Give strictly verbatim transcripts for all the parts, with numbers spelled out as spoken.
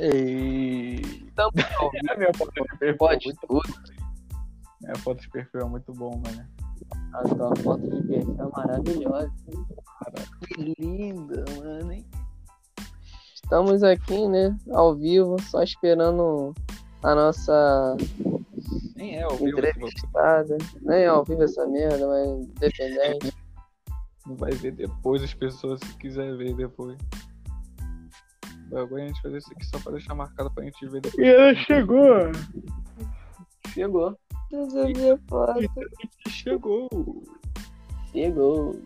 E... Estamos ao A minha foto de perfil é Pode muito tudo. Minha foto de perfil é muito bom, mano. A tua foto de perfil é maravilhosa. Que linda, mano, hein? Estamos aqui, né, ao vivo, só esperando a nossa Nem é ao vivo esse bagulho. entrevistada. Nem é ao vivo essa merda, mas independente. Não vai ver depois as pessoas, se quiser ver depois. Agora a gente fazer isso aqui só pra deixar marcado pra gente ver depois. E ela chegou. Chegou. Essa minha foto. Chegou. Chegou.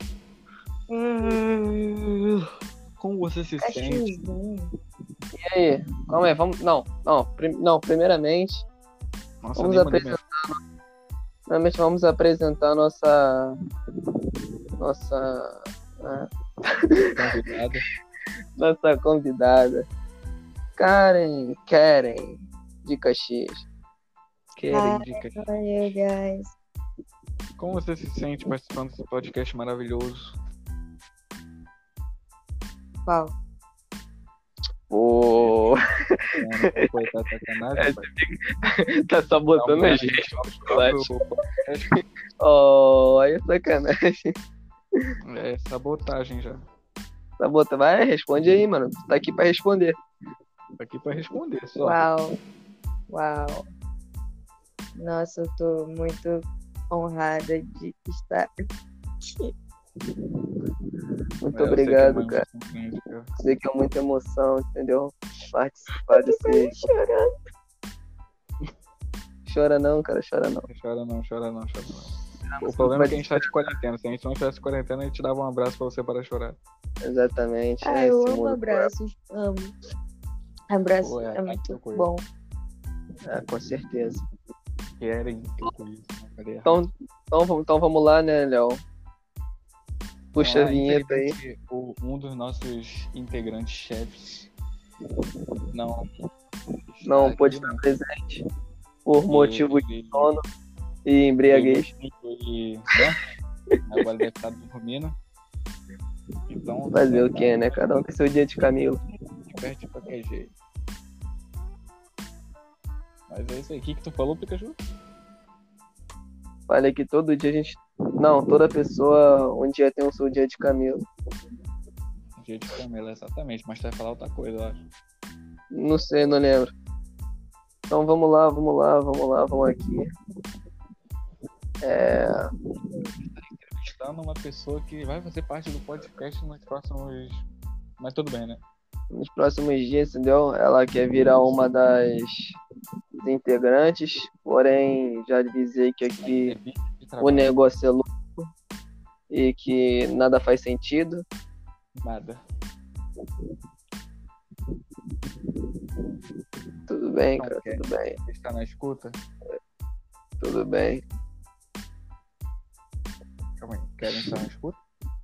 Como você se sente? E aí? Calma aí, vamos. Não, não, prim... não primeiramente. Nossa, Vamos nem mandei apresentar. Primeiramente vamos apresentar nossa. Nossa. ah, minha convidada. Nossa convidada. Karen. Karen. De Caxias. Querem dicas? Hi, guys. Como você se sente participando desse podcast maravilhoso? Qual? Pô. Mano, foi tá sacanagem, rapaz. Tá sabotando Não, a gente. eu- Oh, aí é sacanagem. É sabotagem já. Sabota, vai, responde aí, mano. Tu tá aqui pra responder. Tô aqui pra responder só. Uau. Uau. Nossa, eu tô muito honrada de estar aqui. Muito É, eu sei que é obrigado, uma cara. emoção grande, cara. Sei que é muita emoção, entendeu? Participar desse. Chorando. Chora não, cara, chora não. Chora não, chora não, chora não. O problema é que a gente tá de quarentena. Se a gente não tivesse quarentena, a gente dava um abraço pra você para chorar. Exatamente. Ah, é eu esse amo mundo abraços. Amo. Abraço Pô, é, é muito tá coisa. bom. cruel. É, com certeza. Querem que eu conheça. Então, então, vamos- então vamos lá, né, Léo? Puxa a vinheta aí. O, um dos nossos integrantes chefes não. Não está pôde aqui, estar né? presente por motivo de Ele- sono e embriaguez. ele- né? Agora deve estar dormindo. Então, Fazer o quê, né? Cada um tem seu dia de Camilo. Perde de qualquer jeito. Mas é isso aí. O que, que tu falou, Pikachu? Falei que todo dia a gente. Não, toda pessoa um dia tem o seu dia de Camilo. Dia de Camila, exatamente. Mas tu vai falar outra coisa, eu acho. Não sei, não lembro. Então vamos lá, vamos lá, vamos lá, vamos aqui. É. Entrevistando uma pessoa que vai fazer parte do podcast nos próximos. Mas tudo bem, né? Nos próximos dias, entendeu? Ela quer virar uma das integrantes, porém já avisei que aqui Entrevista de o trabalho. negócio é louco e que nada faz sentido. Nada. Tudo bem, Não cara, quer. tudo bem, Está na escuta? tudo bem. Calma aí. Querem estar na escuta?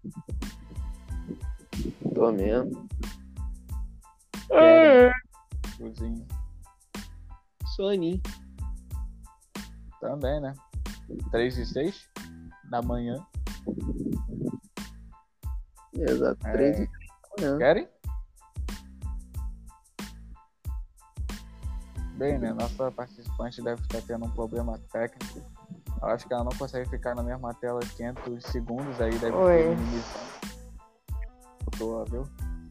Tô mesmo. Querem. Cozinho. Soninho. Também, né? três e seis da manhã. Exato, É. três e né? Querem? Bem, né? Nossa participante deve estar tendo um problema técnico. Eu acho que ela não consegue ficar na mesma tela quinhentos segundos, aí deve Oi. ter minimização. Tô, viu?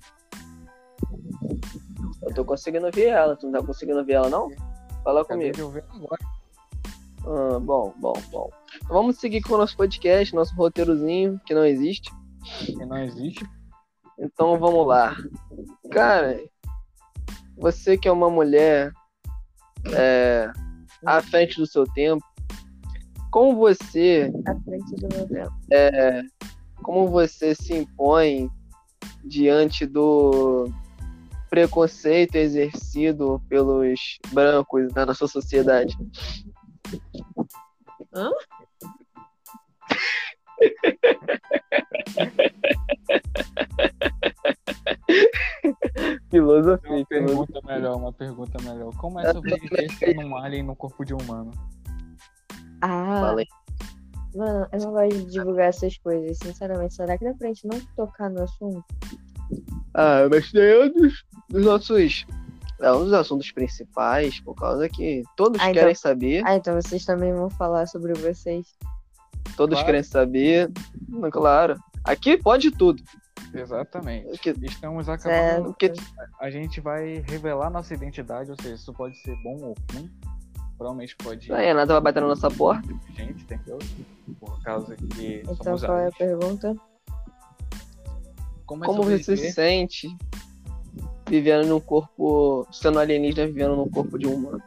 Eu tô conseguindo ver ela, tu não tá conseguindo ver ela não? Fala Acabei comigo. de ouvir agora. Ah, bom, bom, bom. Então vamos seguir com o nosso podcast, nosso roteirozinho, que não existe. Que não existe. Então vamos lá. Cara, você que é uma mulher é, à frente do seu tempo, como você, À frente do meu tempo. como você se impõe diante do preconceito exercido pelos brancos na nossa sociedade? Hã? Filosofia, Uma filosofia. pergunta melhor, uma pergunta melhor. Como é sobreviver sendo um alien no corpo de humano? Ah, Fala aí. mano, eu não gosto de divulgar essas coisas, sinceramente. Será que dá pra gente não tocar no assunto? Ah, mas daí é um dos, dos nossos É um dos assuntos principais, por causa que todos Ah, então- querem saber, Ah, então vocês também vão falar sobre vocês. todos Claro. querem saber, mas claro. Aqui pode tudo. Exatamente. Aqui, Estamos Certo. acabando. porque A gente vai revelar nossa identidade, ou seja, isso pode ser bom ou ruim. Provavelmente pode a Renata vai bater na nossa porta. gente, entendeu? Por causa que Então somos qual é a aliens. pergunta? Como, é Como você se sobreviver? sente vivendo num corpo, sendo alienígena vivendo num corpo de um humano?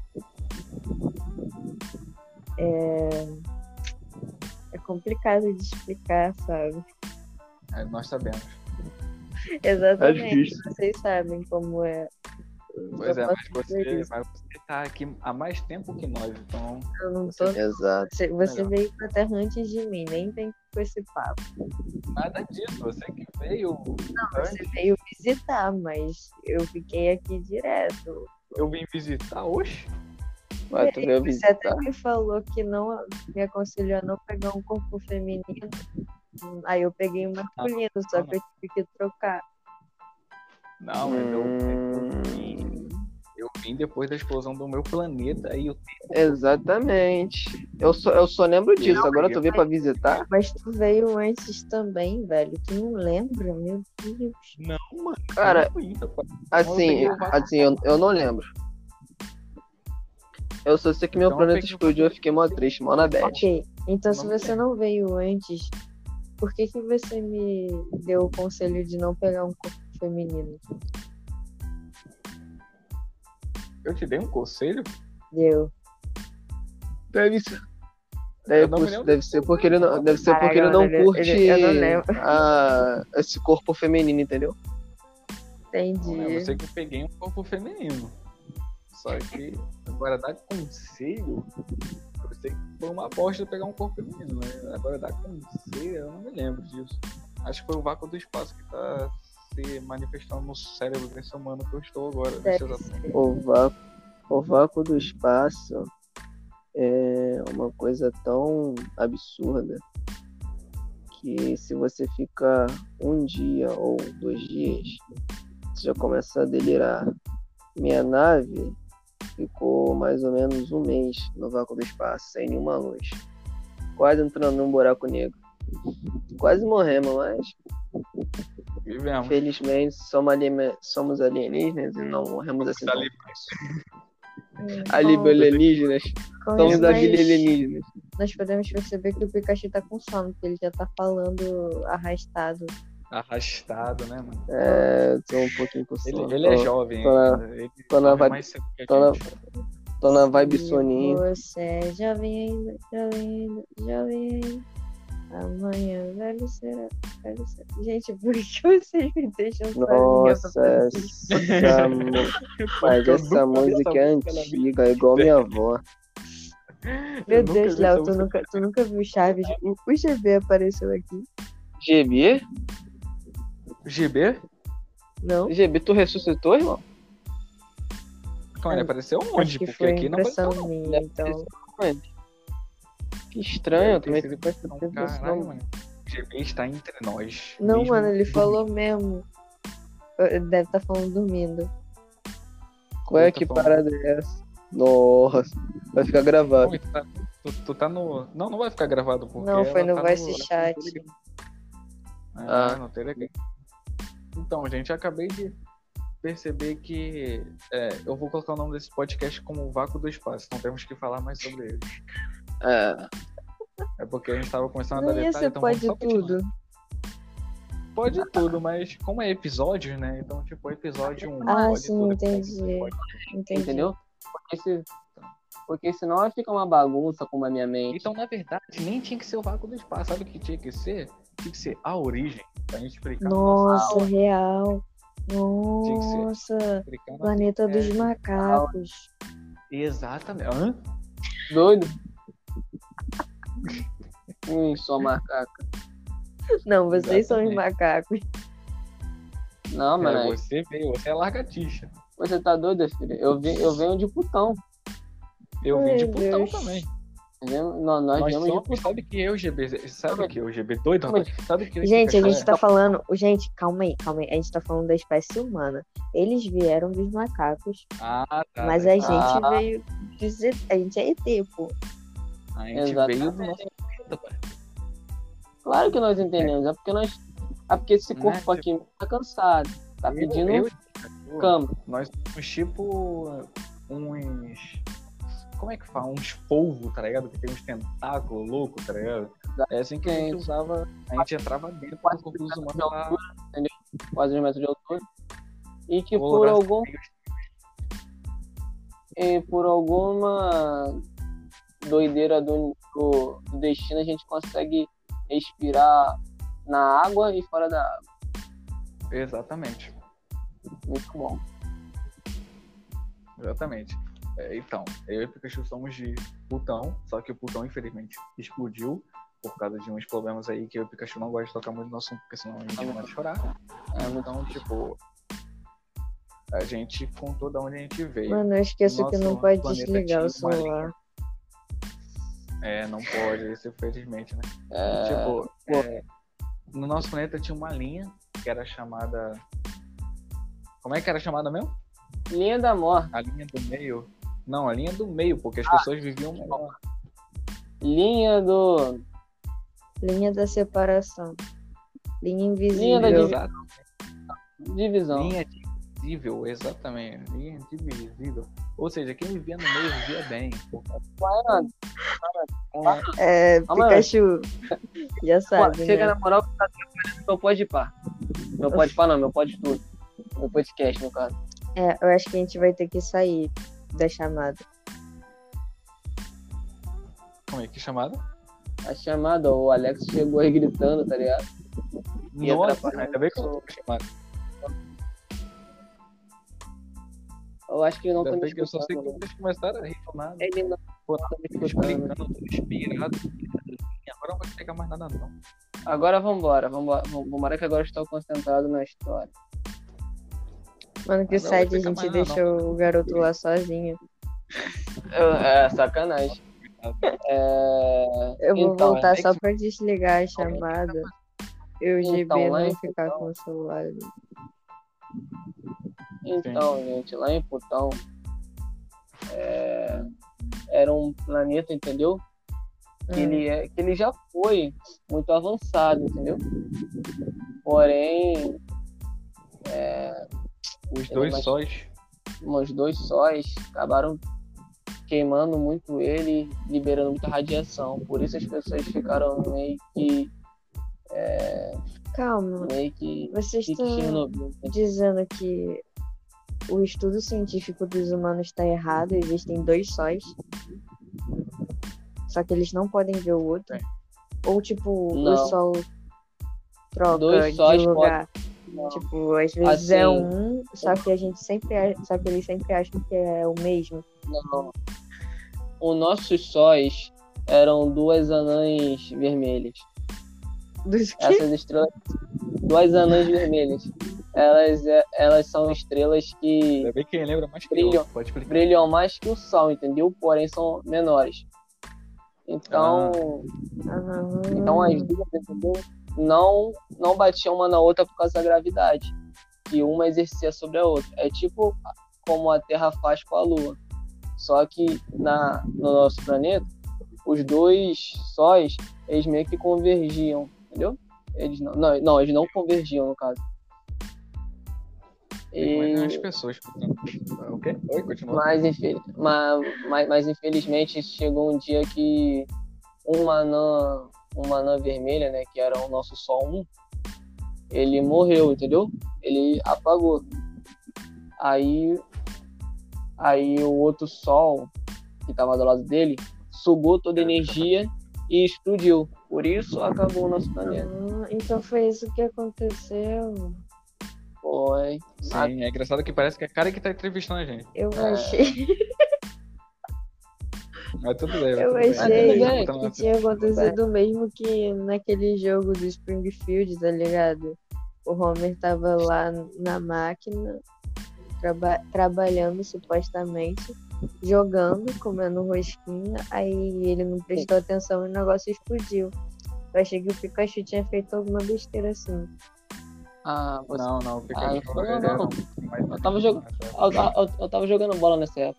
É... é complicado de explicar, sabe? É, nós sabemos. Exatamente. difícil. Vocês sabem como é. Pois Eu é, posso mas dizer você, isso. mas você tá aqui há mais tempo que nós, então Eu não tô... Exato. Você, você Melhor. veio pra terra antes de mim, nem tem com esse papo. nada disso. Você que veio Você antes, veio visitar, mas eu fiquei aqui direto. eu vim visitar hoje. Vai, tu veio Você até visitar. me falou que não me aconselhou a não pegar um corpo feminino. Aí eu peguei um masculino, só que eu tive que trocar. Não, mas eu, eu, Hum, vim, eu vim depois da explosão do meu planeta e eu exatamente. Eu só, eu só lembro disso. Agora tu veio pra visitar? Mas tu veio antes também, velho. Tu não lembra? Meu Deus. não, mano. Cara, eu não vim, rapaz. Assim, assim eu, eu não lembro. Eu só sei que meu Então eu planeta peguei um explodiu e eu fiquei mó triste, mó na bad. Ok, então se Não me você não veio antes, por que que você me deu o conselho de não pegar um corpo feminino? Eu te dei um conselho? Deu. Deve ser. Deve, Eu não me por- lembro. deve ser porque ele não, deve ser Caralho, porque ele não mano, ele- curte ele- eu não lembro. a- esse corpo feminino, entendeu? Não, né? Entendi. Eu sei que eu peguei um corpo feminino. Só que agora dar conselho, eu sei que foi uma bosta eu pegar um corpo feminino, né? Agora dar conselho, eu não me lembro disso. Acho que foi o vácuo do espaço que tá se manifestando no cérebro desse humano que eu estou agora. nesse Deve exato ser. O vácuo, o vácuo do espaço é uma coisa tão absurda que se você fica um dia ou dois dias, você já começa a delirar. Minha nave ficou mais ou menos um mês no vácuo do espaço, sem nenhuma luz. Quase entrando num buraco negro. Quase morremos, mas Vivemos. felizmente somos, alien- somos alienígenas e não morremos assim. Tá tão ali. Ali, Com- alienígenas. com Somos isso, nós, alienígenas. nós podemos perceber que o Pikachu tá com sono, porque ele já tá falando arrastado. Arrastado, né, mano? É, tô um pouquinho com Ele, sono. ele é Tô- jovem tô na- ainda. Ele tô na dorme vibe- mais cedo que a tô na- gente. Tô na vibe Se soninho. Você é jovem ainda, jovem ainda, jovem ainda. Amanhã, velho será, velho será. Gente, por que vocês me deixam sozinha pra Nossa, fazer isso? essa, mu- mas Eu essa nunca vi música essa é música na antiga, é igual minha avó. Meu Eu nunca Deus, vi Léo, essa tu música. nunca, tu nunca viu Chaves? O, o G B apareceu aqui. G B? G B? Não? G B, tu ressuscitou, irmão? Calma, ele É, apareceu Acho onde? que Porque foi aqui não apareceu. impressão minha, então. Mano, que estranho, eu também Deve tô ter sido prestando impressão. atenção. Caralho, mano. G B está entre nós. Não, mesmo mano, ele dormindo. falou mesmo. Ele deve estar falando dormindo. Qual é Eu tô que falando. parada é essa? Nossa, vai ficar gravado. Não, tu, tá, tu, tu tá no. Não, não vai ficar gravado porque. Não, foi ela no tá Voice no Chat. Telegram. Ah. Ah, no Telegram. Então, gente, acabei de perceber que é, eu vou colocar o nome desse podcast como o Vácuo do Espaço. Não temos que falar mais sobre ele. É, É porque a gente tava começando a dar Não ia detalhe, ser então vamos pode só continuar. tudo. Pode tudo, mas como é episódio, né? Então, tipo, episódio um. Ah, pode sim, tudo, entendi. pode- Entendi. entendeu? Porque, se, porque senão vai ficar uma bagunça como a minha mente. Então, na verdade, nem tinha que ser o Vácuo do Espaço. Sabe o que tinha que ser? Tinha que ser a origem. Pra gente explicar. Nossa, real. Tinha que ser. Nossa, Explicar nossa- Planeta dos é, Macacos. Exatamente. Hã? Doido? Hum, só macaca. Não, vocês são os Exatamente. macacos. Não, É, mano, você veio, você é largatixa. você tá doida, filha? Eu, vi, eu venho de putão. Eu vim de Ai, putão Deus. também. Viemos- Nós, nós Nós viemos de somos, sabe que eu, G B, sabe que eu, G B doido, rapaz? Sabe que eu, Gente, a gente é? tá falando. Gente, calma aí, calma aí. A gente tá falando da espécie humana. Eles vieram dos macacos, Ah, tá. mas tá. a gente Ah. veio dizer. A gente é E T, pô. A gente Exatamente. veio do nosso planeta, pai. Claro que nós entendemos. É porque nós. É porque esse corpo Né, aqui tá cansado. Tá pedindo Eu, eu, cama. nós somos tipo uns. Como é que fala? Uns polvos, tá ligado? Que tem uns tentáculos loucos, tá ligado? É assim que a gente usava. A gente entrava dentro do corpo dos humanos pra Quase dois metros de altura. E que por colocar algum. E por alguma doideira do, do, do destino, a gente consegue respirar na água e fora da água. Exatamente. Muito bom. Exatamente. É, então, eu e o Pikachu somos de Plutão, só que o Plutão, infelizmente, explodiu por causa de uns problemas aí que eu e o Pikachu não gosta de tocar muito no assunto, porque senão a gente começa a chorar. É, então, tipo, a gente contou de onde a gente veio. Mano, eu esqueço Nosso que não pode planeta desligar o tinha uma celular. É, não pode, isso infelizmente, né? É, Tipo, é, no nosso planeta tinha uma linha que era chamada... Como é que era chamada mesmo? linha da morte. A linha do meio. Não, a linha do meio, porque as pessoas viviam melhor. Linha do. Linha da separação. Linha Linha da invisível. Exato. Divisão. Linha divisível, exatamente. Linha divisível. Ou seja, quem vivia no meio vivia bem. Pô. Mano, É, Ah, mano. Pikachu. Já sabe, chega né? na moral que tá atrapalhando meu pode pá. Meu pode pá não, meu pode tudo. Meu podcast, no caso. É, eu acho que a gente vai ter que sair da chamada. Como é que chamada? A chamada, o Alex chegou aí gritando, tá ligado? E Nossa, atrapalhando. ainda bem que eu tô chamada. Eu acho que ele não Ainda tá me bem que eu só sei que escutando. vocês começaram a rir do nada. Ele não Pô, tá me escutando. explicando, tô inspirado. Agora não vou explicar mais nada, não. Agora vambora, vambora. Vambora que agora eu estou concentrado na história. Mano, que Mas não site vai a ficar gente mais deixou o garoto lá sozinho. É, sacanagem. É... Eu vou então, voltar é só que- pra desligar a chamada. Eu, G B, Então, lá não em ficar Plutão- com o celular. Então, gente, lá em Plutão é, era um planeta, entendeu? Que, Hum. ele é, que ele já foi muito avançado, entendeu? Porém, Os dois mas- sóis. os dois sóis acabaram queimando muito ele, liberando muita radiação. Por isso as pessoas ficaram meio que Calma, meio que vocês pique estão Chernobyl. dizendo que o estudo científico dos humanos está errado, existem dois sóis. Só que eles não podem ver o outro. É. Ou tipo, Não. o sol troca Dois de sóis lugar. Não. Tipo, às vezes é Assim- um, só que a gente sempre acha, só que eles sempre acham que é o mesmo. Não. Os nossos sóis eram duas anãs vermelhas. Dos que? Essas estrelas, duas anãs vermelhas. Elas, é- elas são estrelas que Ainda bem que quem lembra mais que Brilham. eu. Pode explicar. brilham mais que o Sol, entendeu? Porém são menores. Então, Ah, então as duas, entendeu? Não, não batiam uma na outra por causa da gravidade que uma exercia sobre a outra. É tipo como a Terra faz com a Lua. Só que na, no nosso planeta, os dois sóis, eles meio que convergiam, entendeu? Eles não, não, não, eles não convergiam, no caso. Imagina E, as pessoas. Ah, O quê? Oi, continua. mas, infel- mas, mas, mas infelizmente chegou um dia que uma anã, uma anã vermelha, né, que era o nosso Sol um, ele morreu, entendeu? Ele apagou. Aí, aí o outro Sol, que estava do lado dele, sugou toda a energia e explodiu. Por isso acabou o nosso planeta. ah, então foi isso que aconteceu. Foi. Sim, é engraçado que parece que é a cara que tá entrevistando a gente. Eu É. achei, Mas tudo bem. eu tudo bem. achei Tudo bem, Tá botando que tinha acontecido o mesmo que naquele jogo do Springfield, tá ligado? O Homer tava lá na máquina, traba- trabalhando supostamente. jogando, comendo rosquinha, aí ele não prestou atenção e o negócio explodiu. Eu achei que o Pikachu tinha feito alguma besteira assim. Ah, você... Não, não, o Ah, Pikachu não foi ele não, era não. um mais Eu tava, jog... nessa eu, época. eu, eu tava jogando bola nessa época.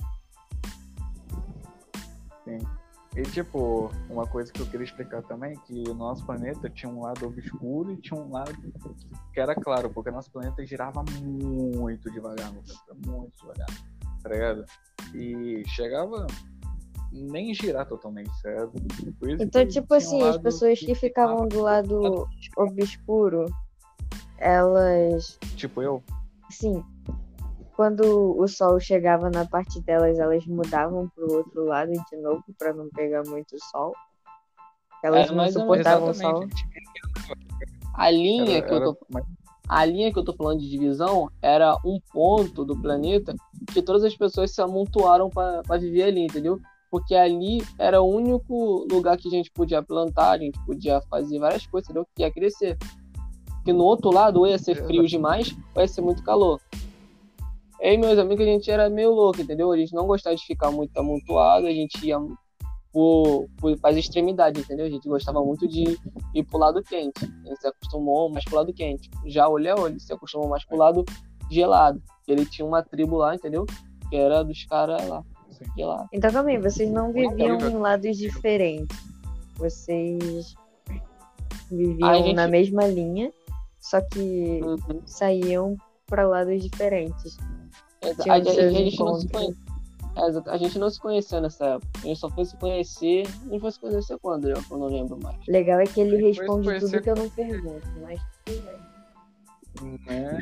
Sim. E tipo, uma coisa que eu queria explicar também é que o nosso planeta tinha um lado obscuro e tinha um lado que era claro, porque o nosso planeta girava muito devagar, no planeta, muito devagar, tá ligado? E chegava nem girar totalmente, certo? Por isso Então, que tipo tinha assim, um as lado pessoas que ficavam do lado obscuro, elas, tipo eu, sim, quando o sol chegava na parte delas, elas mudavam pro outro lado de novo pra não pegar muito sol. Elas Era não mais ou menos. suportavam o exatamente, sol. A linha era, que eu era tô. mais A linha que eu tô falando de divisão era um ponto do planeta que todas as pessoas se amontoaram para viver ali, entendeu? Porque ali era o único lugar que a gente podia plantar, a gente podia fazer várias coisas, entendeu? Que ia crescer. Porque no outro lado, ou ia ser frio demais, ou ia ser muito calor. Eu e meus amigos, a gente era meio louco, entendeu? A gente não gostava de ficar muito amontoado, a gente ia para as extremidades, entendeu? A gente gostava muito de ir pro lado quente. A gente se acostumou mais pro lado quente. Já o Léo, ele se acostumou mais pro lado gelado. Ele tinha uma tribo lá, entendeu? Que era dos caras lá, assim. gelado. Então, calma aí, vocês não viviam horrível. em lados diferentes. Vocês viviam A gente- na mesma linha, só que Uhum. saíam para lados diferentes. Exa- Tinha A, os a- seus a gente não se encontros. conhe- é, exato. A gente não se conhecia nessa época. A gente só foi se conhecer. A gente foi se conhecer quando? Eu eu não lembro mais. Legal é que ele Depois responde conhecer- tudo que eu não pergunto, mas tudo bem. né?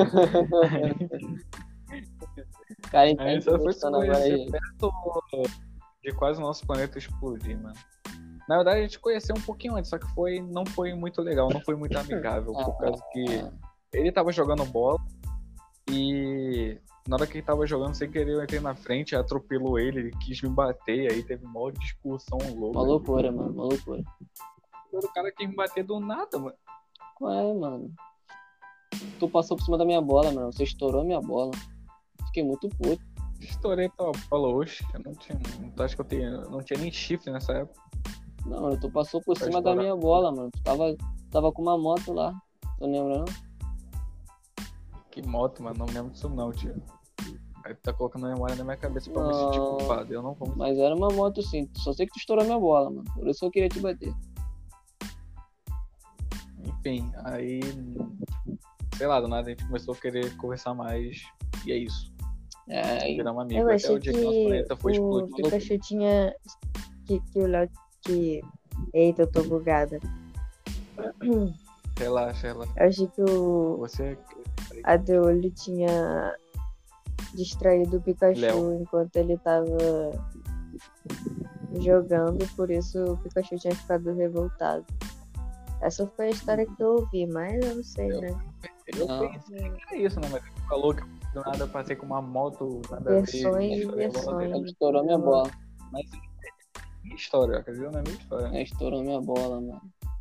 Cara, A então, gente só foi se conversando agora conhecer aí. perto de quase o nosso planeta explodir, mano. Na verdade, a gente conheceu um pouquinho antes, só que foi, não foi muito legal, não foi muito amigável, por causa que ele tava jogando bola e na hora que ele tava jogando sem querer eu entrei na frente, atropelou ele, ele quis me bater, aí teve uma discussão louca. Uma loucura, mano. Uma loucura. O cara quis me bater do nada, mano. Ué, mano. Tu passou por cima da minha bola, mano. Você estourou a minha bola. Fiquei muito puto. Estourei tua bola hoje, eu não tinha, tu acha que eu tinha, não tinha nem chifre nessa época. Não, mano, tu passou por Vai cima da estourar. minha bola, mano. Tu tava, tava com uma moto lá. Tu lembra, não? Que moto, mano, não me lembro disso não, tio. Aí tu tá colocando a memória na minha cabeça pra me sentir Não. culpado, eu não vou me Mas era uma moto sim. Só sei que tu estourou a minha bola, mano. Por isso que eu queria te bater. Enfim, aí, sei lá, do nada a gente começou a querer conversar mais e é isso. É, e- Virar um amigo Eu até achei o dia que nosso que planeta foi o explodir. Pikachu tinha. Que, que o Léo. Que... Eita, eu tô bugada. Relaxa, relaxa. Eu achei que o Você a Deolho tinha distraído o Pikachu Léo. enquanto ele tava jogando, por isso o Pikachu tinha ficado revoltado. Essa foi a história que eu ouvi, mas eu não sei, né? eu Não. pensei que era isso, né? Mas ele falou que do nada eu passei com uma moto nada a ver. Versões e estourei a bola dele. versões. estourou a minha bola. Mas minha história, acredito na minha história. É, estourou a minha bola, mano.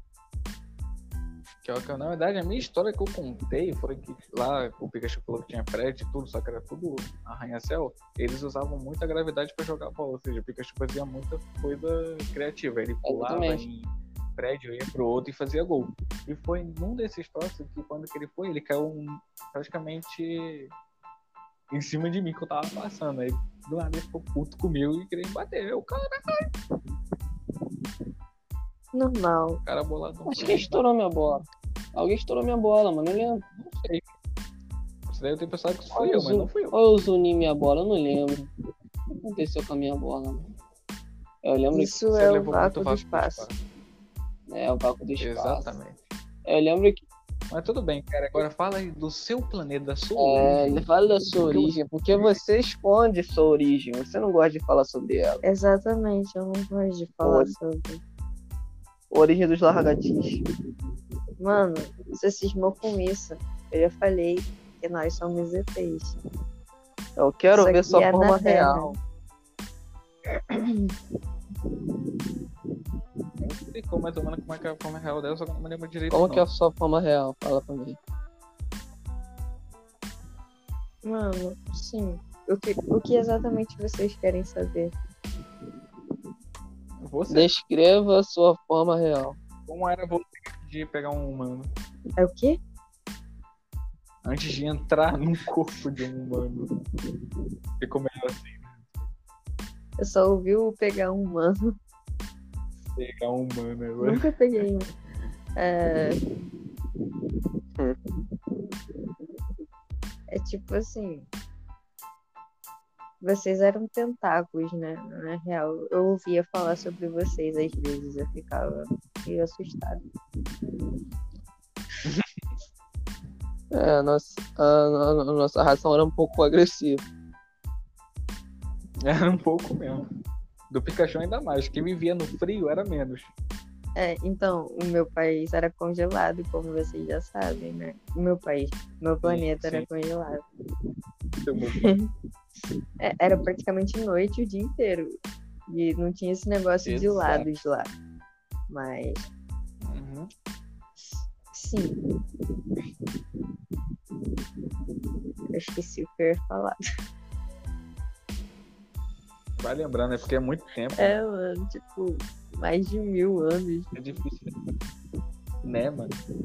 Que, que, na verdade, a minha história que eu contei foi que lá o Pikachu falou que tinha prédio e tudo, só que era tudo arranha-céu. Eles usavam muita gravidade pra jogar bola, ou seja, o Pikachu fazia muita coisa criativa. Ele pulava Exatamente. em prédio, ia pro outro e fazia gol. E foi num desses troços que quando que ele foi, ele caiu um, praticamente em cima de mim que eu tava passando. Aí do nada ele ficou puto comigo e queria me bater. Eu, cara, Normal. o cara boladão. Acho que estourou minha bola. Alguém estourou minha bola, mano. Eu lembro. Não sei. Isso daí eu tenho pensado que isso fui eu, mas não fui eu. Ou eu zuni minha bola, eu não lembro. O que aconteceu com a minha bola, mano? Eu lembro Isso Você é o levou muito vácuo do vácuo espaço. que é o vácuo do espaço. Exatamente. Eu lembro que Mas tudo bem, cara. Agora fala aí do seu planeta, da sua é, origem. ele fala da sua origem, porque você esconde sua origem. Você não gosta de falar sobre ela. Exatamente, eu não gosto de falar Olha. sobre. Origem dos largatis. Mano, você cismou com isso. Eu já falei que nós somos E Tês. Eu quero Isso ver aqui sua é forma na Terra. real. Eu não sei como é tomando como é que é a forma real dela, só que eu não me lembro direito. Como não. que é a sua forma real? Fala pra mim. Mano, sim. O que, o que exatamente vocês querem saber? Você, Descreva a sua forma real. como era você de pegar um humano? É o quê? Antes de entrar num corpo de um humano. Ficou melhor assim, Eu só ouvi o pegar um humano. pegar um humano agora. Nunca peguei um. É... é tipo assim. Vocês eram tentáculos, né? Na real, eu ouvia falar sobre vocês às vezes. Eu ficava meio assustada. É, a nossa, a, a- a nossa ração era um pouco agressiva. Era um pouco mesmo. Do Pikachu ainda mais. Quem vivia no frio era menos. É, então, o meu país era congelado, como vocês já sabem, né? O meu país, meu planeta era sim. congelado. Seu meu- É, era praticamente noite o dia inteiro. E não tinha esse negócio de Exato. lados lá. Mas, Uhum. sim. Eu esqueci o que eu ia falar. Vai lembrando, é porque é muito tempo. É, mano, tipo, mais de mil anos. É difícil. Né, mano?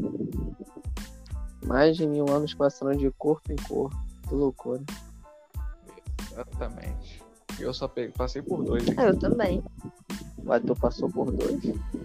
Mais de mil anos passando de corpo em corpo. Que loucura. Exatamente. Eu só peguei, passei por dois. Ah, eu também. Mas tu passou por dois.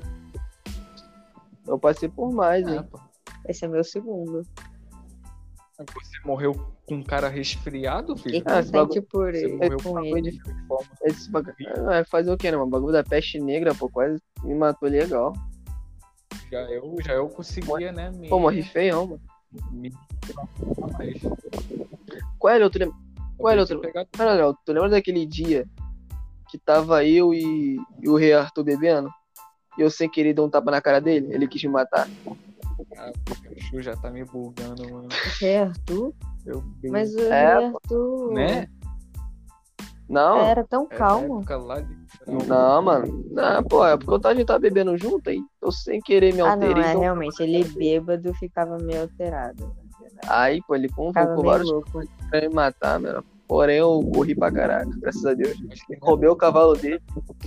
Eu passei por mais, Ah, hein? pô. Esse é meu segundo. Você morreu com um cara resfriado, E filho? Ah, esse contente bagulho- por Você ele, morreu com com ele. de forma. Esse bagulho. É, fazer o quê, né? O bagulho da peste negra, pô, quase me matou legal. Já eu, já eu conseguia, né? Me, Pô, morri feião, mano. me mais. Qual era o outro? Qual era o Eu outro? pegar- Cara, Léo, tu lembra daquele dia que tava eu e, e o Rei Arthur bebendo? E eu sem querer dei um tapa na cara dele? Ele quis me matar? Ah, o Pikachu já tá me bugando, mano. Rei Arthur? Eu bem... Mas o É, Rei Arthur Né? Não, era tão É da calmo. época lá de... não, mano. Não, pô, é porque eu tava, a gente tava bebendo junto aí. Eu sem querer me Ah, não, alterei. é então- realmente. Ele bêbado ficava meio alterado. Aí, pô, ele Ficava convocou meio vários louco. pra me matar, mano. Porém, eu corri pra caraca, graças a Deus. Acho que Roubei o cavalo dele.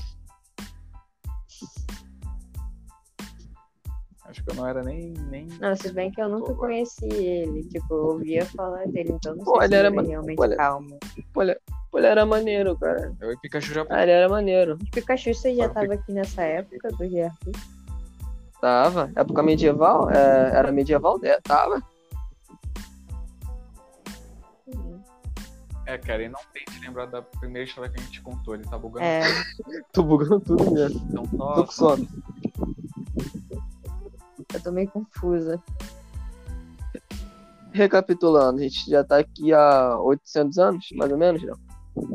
Acho que eu não era nem. nem... Não, se bem que eu nunca conheci ele. Tipo, eu ouvia falar dele, então não Pô, sei ele se era ele ma- era realmente pô, ele- calmo. Pô, ele, pô, ele era maneiro, cara. Eu e Pikachu já Ah, ele era maneiro. Pikachu, você já Para o tava aqui nessa época do Rei Arthur? Tava. Época medieval? É, era medieval? É, tava. É, cara, e não tente lembrar da primeira história que a gente contou. Ele tá bugando. É, Tô bugando tudo mesmo. Então, Tô com nossa, sono. eu tô meio confusa. Recapitulando, a gente já tá aqui há oitocentos anos, mais ou menos, não?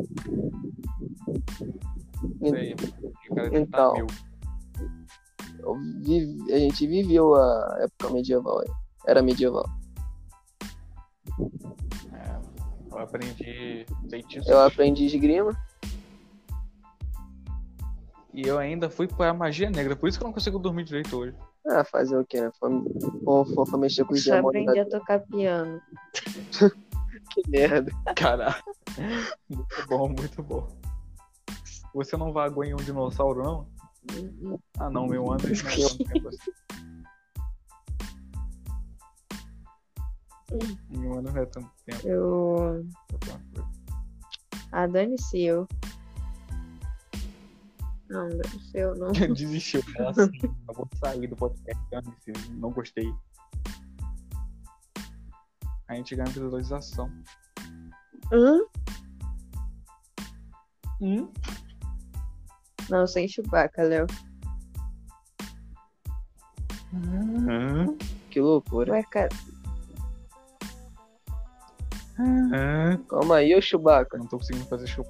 isso aí. O cara já Então. tá mil. Eu vivi- a gente viveu a época medieval. aí. Era medieval. É, eu aprendi feitiço. Eu aprendi esgrima. E eu ainda fui pra magia negra. Por isso que eu não consigo dormir direito hoje. Ah, fazer o quê, né? Foi, foi, foi, foi mexer com os Só demônios. aprendi Da... a tocar piano. Que merda. Caralho. Muito bom, muito bom. Você não vagou em um dinossauro, não? Ah, não, meu ano não é tanto tempo assim. Meu ano não é tanto tempo. Eu. Ah, dane-se eu. Não, dane-se eu, não. Desistiu. É assim, eu vou sair do podcast. dane-se, Não gostei. A gente ganha visualização. Hã? Hum? Não, sem Chewbacca, Léo. Hum? Que loucura. Ué, cara. Hum? Calma aí, ô Chewbacca. Não tô conseguindo fazer show.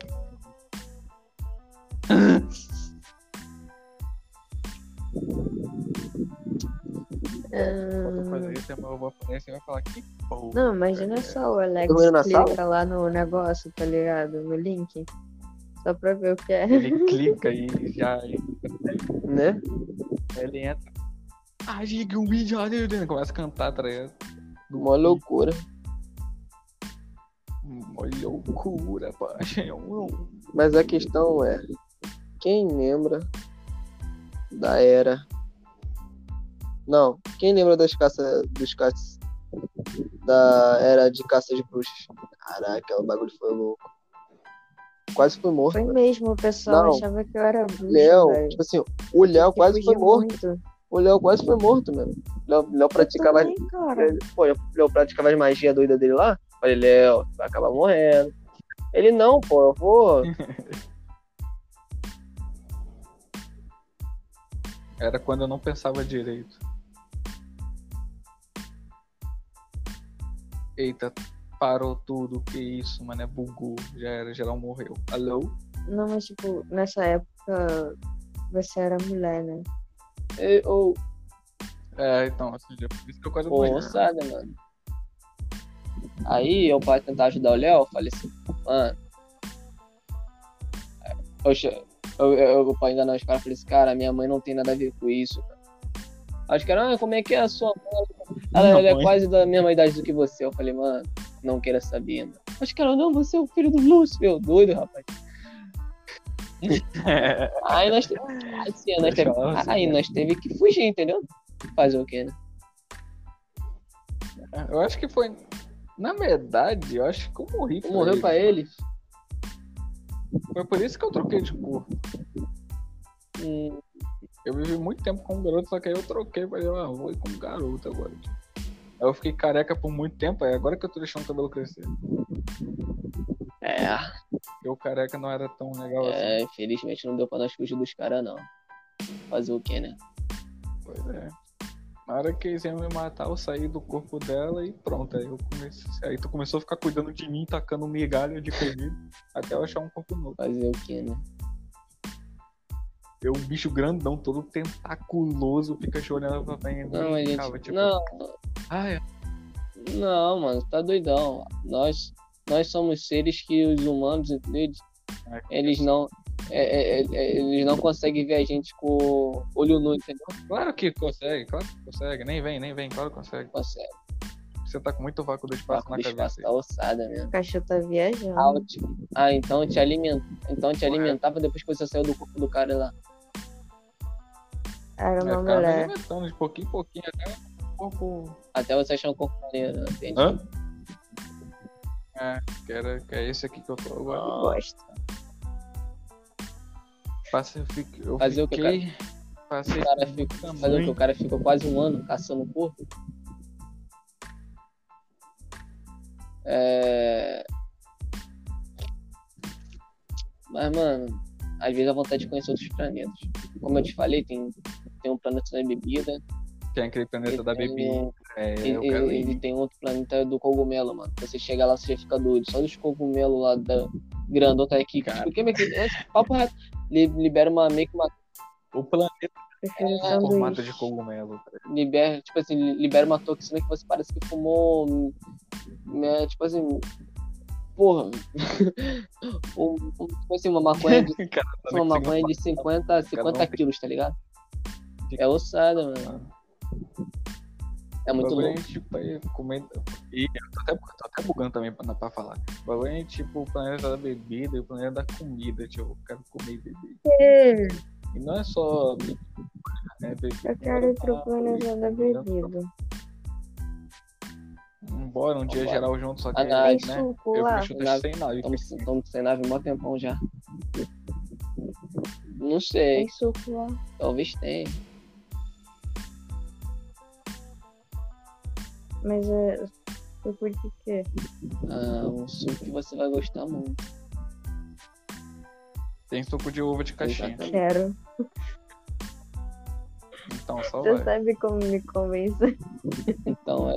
Quando eu ah, fazer isso, eu vou aparecer e vai falar que porra. Não, imagina só o Alex Dormindo na clica lá no negócio, tá ligado? No link. Só pra ver o que é. Ele clica e já Né? ele entra. Ah, diga um vídeo, começa a cantar, tá ligado? Uma loucura. Olha loucura, paixão. Mas a questão é, quem lembra da era... Não, quem lembra das caças, dos caças, da era de caça de bruxas? Caraca, o bagulho foi louco. Quase foi morto. Foi velho. mesmo, o pessoal Não. achava que eu era bruxa, Léo, velho. tipo assim, o Léo Que quase foi fugia morto. muito. O Léo quase foi morto, mano. Léo, Léo praticava. Eu também, cara. Pô, o Léo praticava as magias doidas dele lá. Falei, Léo, vai acabar morrendo. Ele não, pô, eu vou. Era quando eu não pensava direito. Eita, parou tudo. Que isso, mano? É bugou. Já era, geral morreu. Alô? Não, mas tipo, nessa época você era mulher, né? E, ou, É, então, assim, por isso que eu quase pô, morri. ossada, mano. Aí eu, pra tentar ajudar o Léo, eu falei assim, mano. Eu, che- eu, eu, eu pra enganar os caras, falei assim, cara, minha mãe não tem nada a ver com isso, cara. Aí os caras, ah, como é que é a sua mãe? Ela, Minha ela é mãe. quase da mesma idade do que você. Eu falei, mano, não queira saber, mano. Mas, cara, não, você é o filho do Lúcio, meu doido, rapaz. É, Aí nós, te- assim, nós teve, aí nós teve que fugir, entendeu? Fazer o quê, né? eu acho que foi. Na verdade, eu acho que eu morri. pra Morreu ele. pra ele. Foi por isso que eu troquei de cor. Hum, Eu vivi muito tempo com um garoto, só que aí eu troquei pra ele, ah, vou ir com um garoto agora. Aí eu fiquei careca por muito tempo, aí agora que eu tô deixando o cabelo crescer. é, Porque o careca não era tão legal assim. é, infelizmente não deu pra nós fugir dos caras, não. Fazer o quê, né? Pois é. Na hora que eles iam me matar, eu saí do corpo dela e pronto. Aí eu comecei. Aí tu começou a ficar cuidando de mim, tacando migalha de comida, até eu achar um corpo novo. Fazer o quê, né? Eu, um bicho grandão, todo tentaculoso, fica chorando pra mim. Não, a gente. Ficava, tipo, Não, ai, não, mano, tá doidão. Nós, nós somos seres que os humanos, entendeu? ai, Eles não. é, é, é, eles não conseguem ver a gente com olho nu, entendeu? Claro que consegue, claro que consegue. Nem vem, nem vem, claro que consegue. Consegue. Você tá com muito vácuo do espaço Papo na do cabeça. espaço tá ossada mesmo. O cachorro tá viajando. Ah, eu te- ah, então te alimenta. Então te alimentava depois que você saiu do corpo do cara lá. Era Vai uma ficar me mulher. alimentando de pouquinho em pouquinho até o corpo. Até você achar um corpo maneiro, entende? Hã? É, que, era, que é esse aqui que eu tô agora. Ah, Gosto. Passei, eu fiquei, eu Fazer o que, fiquei, passei o cara por fica, muita fazer o que? mãe. O cara ficou quase um ano caçando o corpo. É... Mas, mano, às vezes a vontade de conhecer outros planetas. Como eu te falei, tem, tem um planeta da bebida. Tem aquele planeta e da tem bebida. um- É, E, eu quero e- e ir. tem outro planeta do cogumelo, mano. Você chega lá, você já fica doido. Só dos cogumelos lá da grandota aqui. Cara. Tipo, que meio que. É, papo reto. Li- Libera uma meio que uma. O planeta Prefiro é em formato sanduíche. de cogumelo. Libera, tipo assim, li- libera uma toxina que você parece que fumou. Né, tipo assim. Porra. um, um- tipo assim, uma maconha de, Cara, tá uma conseguindo maconha de cinquenta, cinquenta tem- quilos, tá ligado? É ossada, mano. falar. É muito O bagulho louco. é, tipo, aí, comendo. E eu tô até, tô até bugando também pra, pra falar. O bagulho é tipo o planeta da bebida e o planeta da comida. Tipo, eu quero comer e beber. E não é só. É, beber. Eu quero ir pro planeta da bebida. Embora um dia Vambora. geral junto, só que Ah, não, né? Tem suco Eu lá. me chuto Nave- sem nave. Estamos estamos sem nave há um tempão já. Não sei, Tem suco lá. talvez tenha. Mas é suco de quê? Ah, um suco que você vai gostar muito. Tem suco de uva de caixinha. Exatamente. Quero. Então só Você vai. sabe como me convencer? Então é.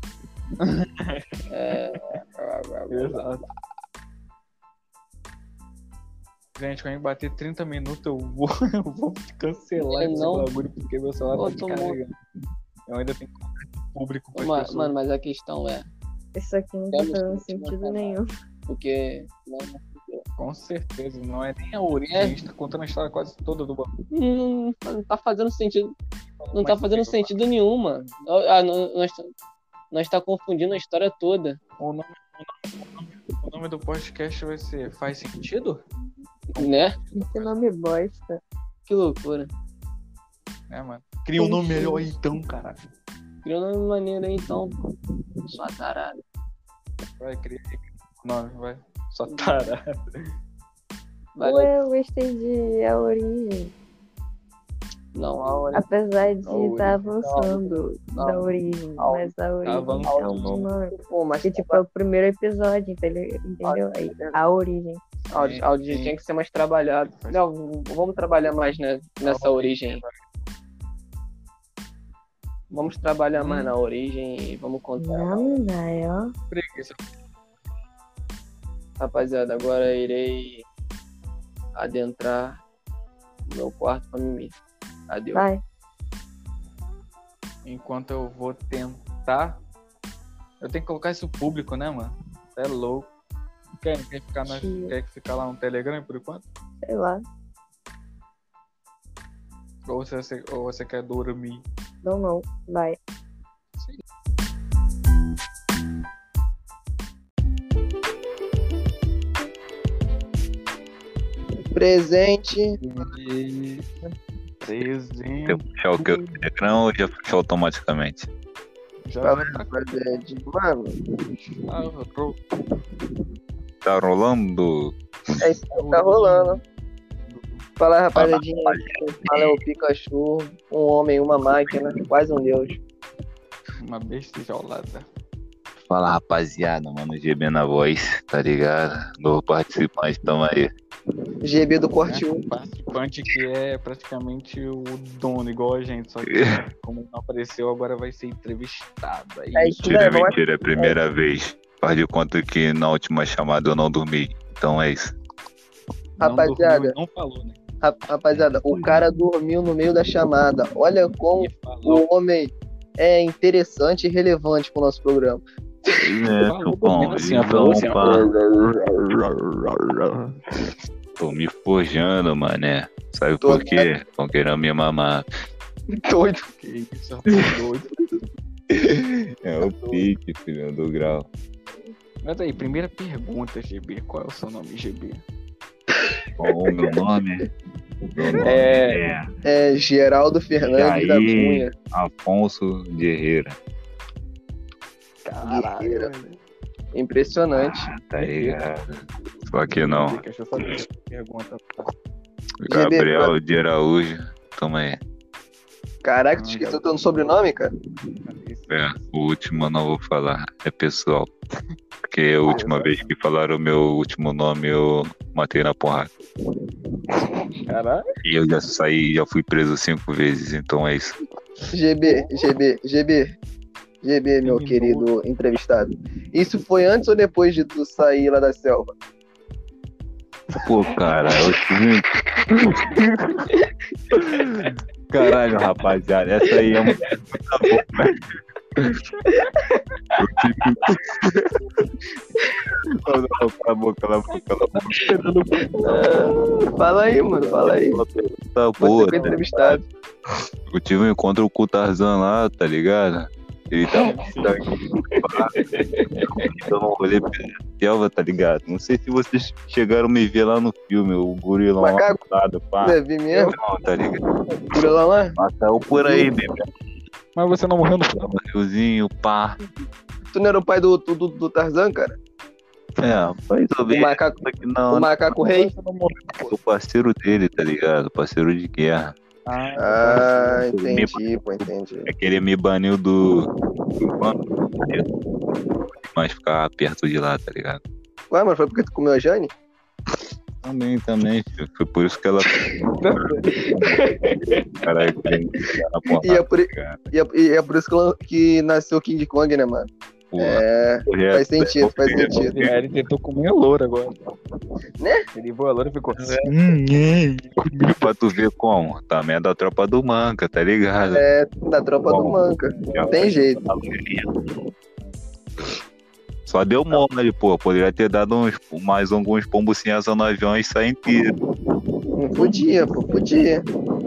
é... Exato. Gente, quando a gente bater trinta minutos, eu vou, eu vou cancelar Eu esse não- bagulho, porque meu celular Pô, tá tô descarregando. Eu ainda tenho contato público com as Mano, pessoas. mano, mas a questão é. Isso aqui não tá Temos fazendo que sentido continuar. nenhum. Porque. Não, Com certeza, não é nem a origem, É. a gente tá contando a história quase toda do bagulho. Hum, não tá fazendo sentido. Não tá Mas fazendo fica, sentido nenhum, mano. Ah, não- nós, nós tá confundindo a história toda. O nome, O nome do podcast vai ser Faz Sentido? Né? Que nome bosta. Que loucura. É, mano. Cria um nome melhor aí, então, caralho. Criou um nome maneiro aí, então. Só tarado. Vai, cria aí o nome, vai. Só tarado. Valeu. Ué, eu gostei de A Origem. Não, a hora. Apesar de A Origem. estar avançando Não. da Origem. Não. Mas a Origem avançando. é um bom nome. Pô, mas Porque, tipo, é o primeiro episódio, entendeu? Entendeu? Aí, A Origem. áudio, áudio Sim. tinha que ser mais trabalhado. Não, v- vamos trabalhar mais né, nessa origem. Vamos trabalhar mais Hum. na origem e vamos contar. Não, não, ó. Preguiça. Rapaziada, agora irei adentrar no meu quarto pra mimir. Adeus. Vai. Enquanto eu vou tentar. Eu tenho que colocar isso público, né, mano? É louco. Quer, quer, ficar na- Tio. quer ficar lá no Telegram por enquanto? Sei lá. Ou você, ou você quer dormir? Não, não. Vai. Sim. Presente. De Você dezembro. puxar o que? O Telegram ou já puxou automaticamente? Já Fala, tá rapaziada. Mano, claro. Tá rolando? é isso que tá rolando. Fala, rapaziadinha. Fala, é o Pikachu. Um homem, uma máquina. Quase um deus. Uma besta enjaulada. Fala, rapaziada, mano, G B na voz, tá ligado? Novo participante, tamo aí. G B do corte Né? um. Um participante que é praticamente o dono, igual a gente, só que como não apareceu, agora vai ser entrevistado. Aí, É isso. Mentira, Não, vamos- mentira, é a primeira vez. Faz de conta que na última chamada eu não dormi. Então é isso. não rapaziada. dormiu e não falou, né? Ra- Rapaziada, o cara dormiu no meio da chamada. Olha como E falou, o homem é interessante e relevante pro nosso programa. É, falou bom, dormindo assim, ó, então, falou assim, ó. pá. Tô me forjando, mané. Sabe Tô- por quê? Estão querendo me mamar. Doido. Que isso, rapaz, doido. É o pique, filho do grau. Mas aí, primeira pergunta, G B. Qual é o seu nome, G B? Qual o meu nome? Meu nome É- é É Geraldo Fernandes E da aí? Cunha. Afonso de Herrera. Caralho. Impressionante. Ah, tá ligado. Só que não. Deixa eu só ver a pergunta. Gabriel de Araújo. Toma aí. Caraca, tu esqueceu teu sobrenome, cara? É, o último eu não vou falar. É pessoal. Porque a última vez que falaram o meu último nome eu matei na porrada. Caralho. E eu já saí, já fui preso cinco vezes, então é isso. G B, G B, G B. G B, meu Terminou. querido entrevistado. Isso foi antes ou depois de tu sair lá da selva? Pô, cara, eu tive. Caralho, rapaziada, essa aí é uma coisa boa, né? Eu tive. Não, não, cala a boca, cala a boca, cala a boca. Ah, fala aí, mano, fala aí. Tá Você boa. foi entrevistado. Eu tive um encontro com o Tarzan lá, tá ligado? Ele tava dando um rolê pela selva, tá ligado? Não sei se vocês chegaram a me ver lá no filme, o gorilão lá Macaco? do lado, pá. Você viu mesmo? Não, tá ligado? Por lá? Mas saiu por aí, bebê. Mas você não morreu no final? Riozinho, pá. Tu não era o pai do, do, do Tarzan, cara? É, mais ou O menos. macaco, Só que não, o macaco rei? Você não morreu. sou parceiro dele, tá ligado? Parceiro de guerra. Ah, Ah, entendi, pô, entendi. É que ele me baniu do. do banco. Mas ficar perto de lá, tá ligado? Ué, mas foi porque tu comeu a Jane? Também, também, filho. Foi por isso que ela. Caralho, que na porrada, E é por, tá ligado? e é, e é por isso que, lan- que nasceu King Kong, né, mano? Porra, É, correto. faz sentido, faz sentido. ele tentou comer a loura agora. Né? Ele viu a loura e ficou. Pra tu ver como. Também é da tropa do Manca, tá ligado? É, da tropa do Bom. Manca. Já Tem foi jeito. a loirinha. Só deu mole, pô. Poderia ter dado uns, mais alguns pombocinhas no avião e sair inteiro. Não podia, pô, podia.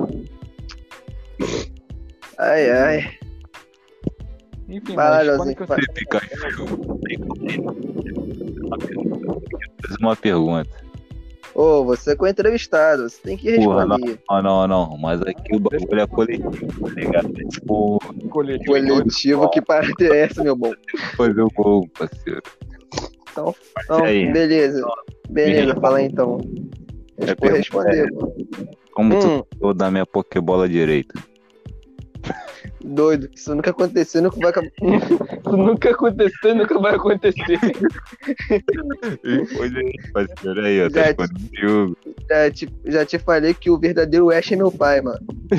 Ai, ai. Enfim, Vai lá, mas Joãozinho, quando que vai. você Pikachu. Fiz uma pergunta. Ô, você é entrevistado, você tem que Porra, não, responder. não, não, não. Mas aqui o bagulho é coletivo, tá ligado? É tipo, Coletivo. Coletivo, que parte é essa, meu bom? fazer o gol, parceiro. Então, Mas então e aí? beleza. Beleza, Me fala aí, então. É Eu vou responder, pô. Como Hum. tu falou da minha Pokébola direita? Doido, isso nunca aconteceu, nunca vai acabar. Isso nunca aconteceu e nunca vai acontecer. Responde aí, parceiro. Aí, ó, tá Já- respondendo o jogo. Já te, já te falei que o verdadeiro Ash é meu pai, mano.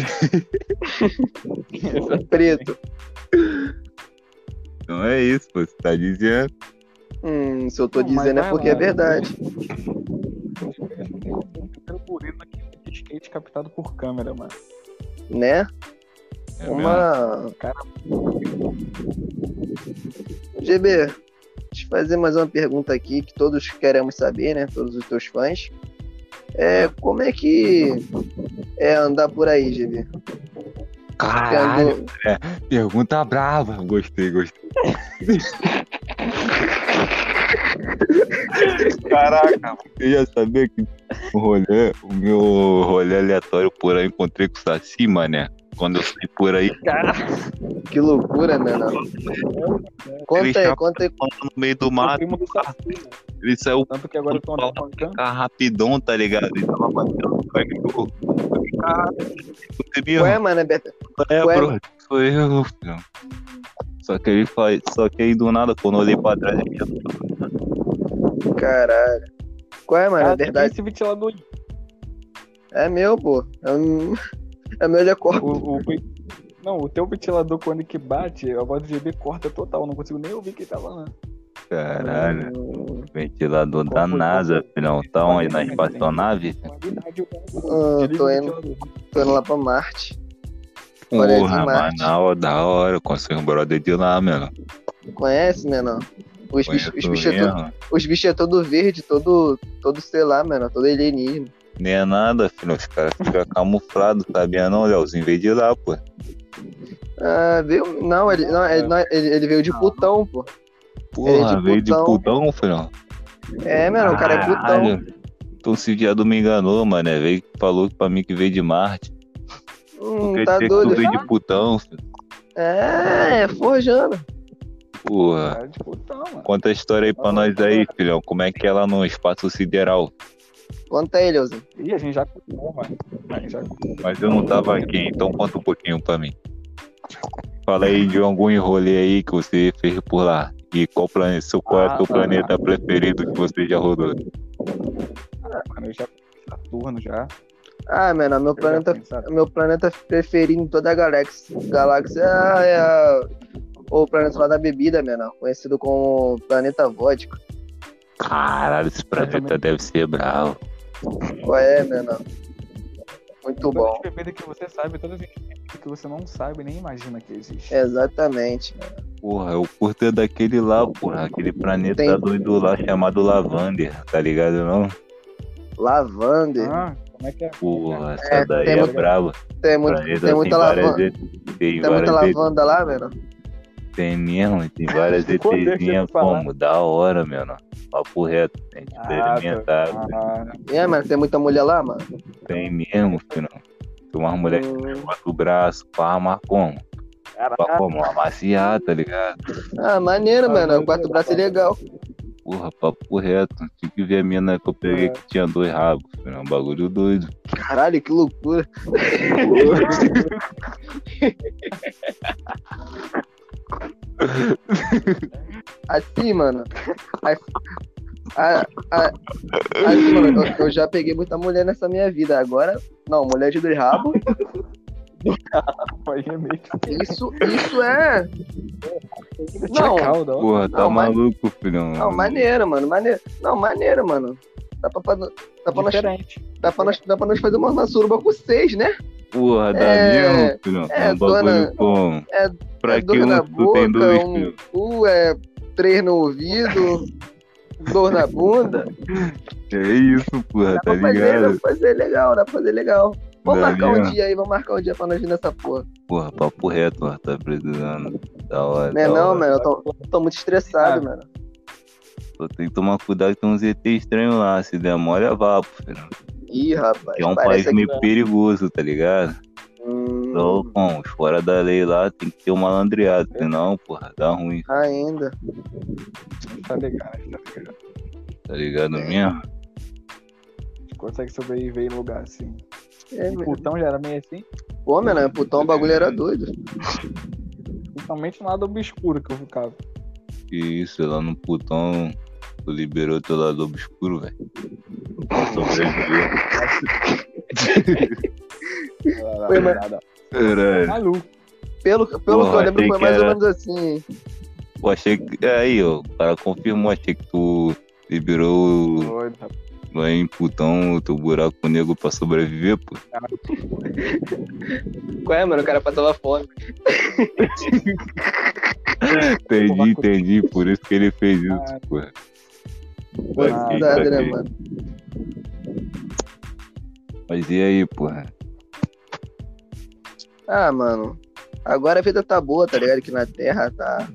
Preto. Então é isso, pô. Você tá dizendo. Hum, se eu tô Não, mas dizendo é vai porque lá. é verdade. Um burino aqui de skate captado por câmera, mano. Né? É Uma. Cara. G B, deixa eu fazer mais uma pergunta aqui que todos queremos saber, né? Todos os teus fãs. É, como é que é andar por aí, G B? Caralho, Andou- pergunta brava. Gostei, gostei. Caraca, eu já sabia que o rolê, o meu rolê aleatório por aí, encontrei com o Saci, mané. Quando eu saí por aí, Que loucura, mano. Conta aí, conta aí. no meio do O mato, primo do Saci, né? ele saiu Tanto que agora estão pra pancando. ficar rapidão, tá ligado? Ele tava batendo no cachorro. Caralho, você viu? Ué, mano, é Beto. É, Ué, bro, sou eu, filho. Só que ele faz, só que aí do nada, quando eu olhei pra trás, ele já Caralho. Qual é, mano? É Ah, verdade. Esse ventilador aí. É meu, pô. É, um... é meu de corpo. O, o, não, o teu ventilador, quando que bate, a voz do G B corta total. Eu não consigo nem ouvir quem tava lá. Caralho, Hum, ventilador Qual da foi? NASA, Qual foi? filhão. Tá onde? Na espaçonave? Qualidade, eu- Ah, Desliga tô o indo. ventilador. tô indo lá pra Marte. Olha aqui, Porra, Marte. Manaus, da hora. Consegui um brother de lá, mano. Conhece, menor? Os bichos Conheço os bichos é todo, mesmo. os bichos é todo verde, todo, todo sei lá, menor. Todo alienígena. Nem é nada, filho. Os caras ficam camuflados, sabia não, Leozinho? Veio de lá, pô. Ah, veio. Não, ele, não, ele, não, ele, ele veio de Plutão, pô. Porra, de veio de putão. putão, filho. É, menor, o cara é Plutão. Caralho. Então se o viado me enganou, mano. É, veio, falou pra mim que veio de Marte. Hum, Porque tá dizer que tu doido. veio de putão, filho. É, é, forjando. Porra. Cara de putão, mano. Conta a história aí pra nós aí, filhão. Como é que é lá no espaço sideral? Conta aí, Leozinho. Ih, a gente já contou, mano. A gente já contou. Mas eu não tava aqui, então conta um pouquinho pra mim. Fala aí de algum rolê aí que você fez por lá. E qual, plane... seu- qual é o Ah, teu tá. planeta preferido que você já rodou? Mano, eu já fui Saturno já. Ah, menor, meu Eu já planeta, fui em Saturno. meu planeta preferido em toda a galáxia. Galáxia é, a- é a- o planeta lá da bebida, menor. Conhecido como Planeta Vodka. Caralho, esse planeta deve ser bravo. Qual é, menor? Muito Todas bom. as bebidas que você sabe, todas as bebidas que você não sabe nem imagina que existe. Exatamente. Porra, eu curto é daquele lá, porra. Aquele planeta Tem- doido lá chamado Lavander, tá ligado não? Lavander. Ah, como é que é? Porra, essa É, daí tem é muito- brava. Tem, muito, Planeta tem muita várias lavanda. E- Tem, Tem muita várias E- lavanda lá, menor. Tem mesmo, tem várias Pô, deixa eu ETzinhas te falar. como, da hora, meu. Papo reto, tem que Ah, experimentar. tá. Ah, É, mano, tem muita mulher lá, mano. Tem mesmo, filho. Tem umas mulheres que Hum. botam o braço pra amar como? Pra caraca. como? Amaciar, tá ligado? Ah, maneiro, Ah, mano. mas O quarto é braço é legal. Porra, papo reto. Tinha que ver a mina que eu peguei É. que tinha dois rabos, filho. É um bagulho doido. Caralho, que loucura. Assim, mano. Assim, a- a- assim, mano, eu, eu já peguei muita mulher nessa minha vida. Agora, não, mulher de dois rabos. Aí é meio que Isso, isso é. Não, tinha calda, ó. Porra, tá Não, mas- maluco, filhão. não, maneiro, mano. Maneiro. Não, maneiro, mano. Dá pra, fa- dá pra, nós, Diferente. dá pra, nós, dá pra nós fazer uma, uma suruba com seis, né? Porra, dá É, mesmo, filhão. é, É um bagulho dona- como? é- Pra é que dor um na tu tem boca, dois, um filho? cu, é três no ouvido, dor na bunda. É isso, porra, Dá tá pra fazer, dá ligado? pra fazer legal, dá pra fazer legal. Vamos Dá marcar um mesmo. dia aí, vamos marcar um dia pra nós ir nessa porra. Porra, papo reto, mano. Tá precisando. Da hora, Não é da não, hora. mano, eu tô, tô muito estressado, mano. Só tem que tomar cuidado que tem uns E T estranhos lá. Se der mole, é vapo, filho. Ih, rapaz. Que é um parece país meio aqui- perigoso, tá ligado? Hum, Então, com os fora da lei lá, tem que ter um malandreado. Senão, porra, dá ruim. ainda. Tá ligado, tá ligado. Tá ligado É. mesmo? Consegue sobreviver em lugar assim. É, O putão já era meio assim. pô, mano, putão, o bagulho era doido. Principalmente no lado obscuro que eu ficava. Que isso, lá no putão, tu liberou teu lado obscuro, velho. Pra sobreviver. Foi, mas- Caralho. Maluco. Pelo, pelo Porra, que eu lembro, achei foi que mais ou era- menos assim. Pô, achei que. Aí, ó, o cara confirmou, achei que tu liberou Doido, rapaz. lá em putão o teu buraco negro pra sobreviver, pô. Qual é, mano? O cara passava fome. Entendi, entendi. Por isso que ele fez isso, Ah, pô. Ah, Saquei, Verdade, né, saquei. mano? Mas e aí, porra? Ah, mano. Agora a vida tá boa, tá ligado? Aqui na Terra tá.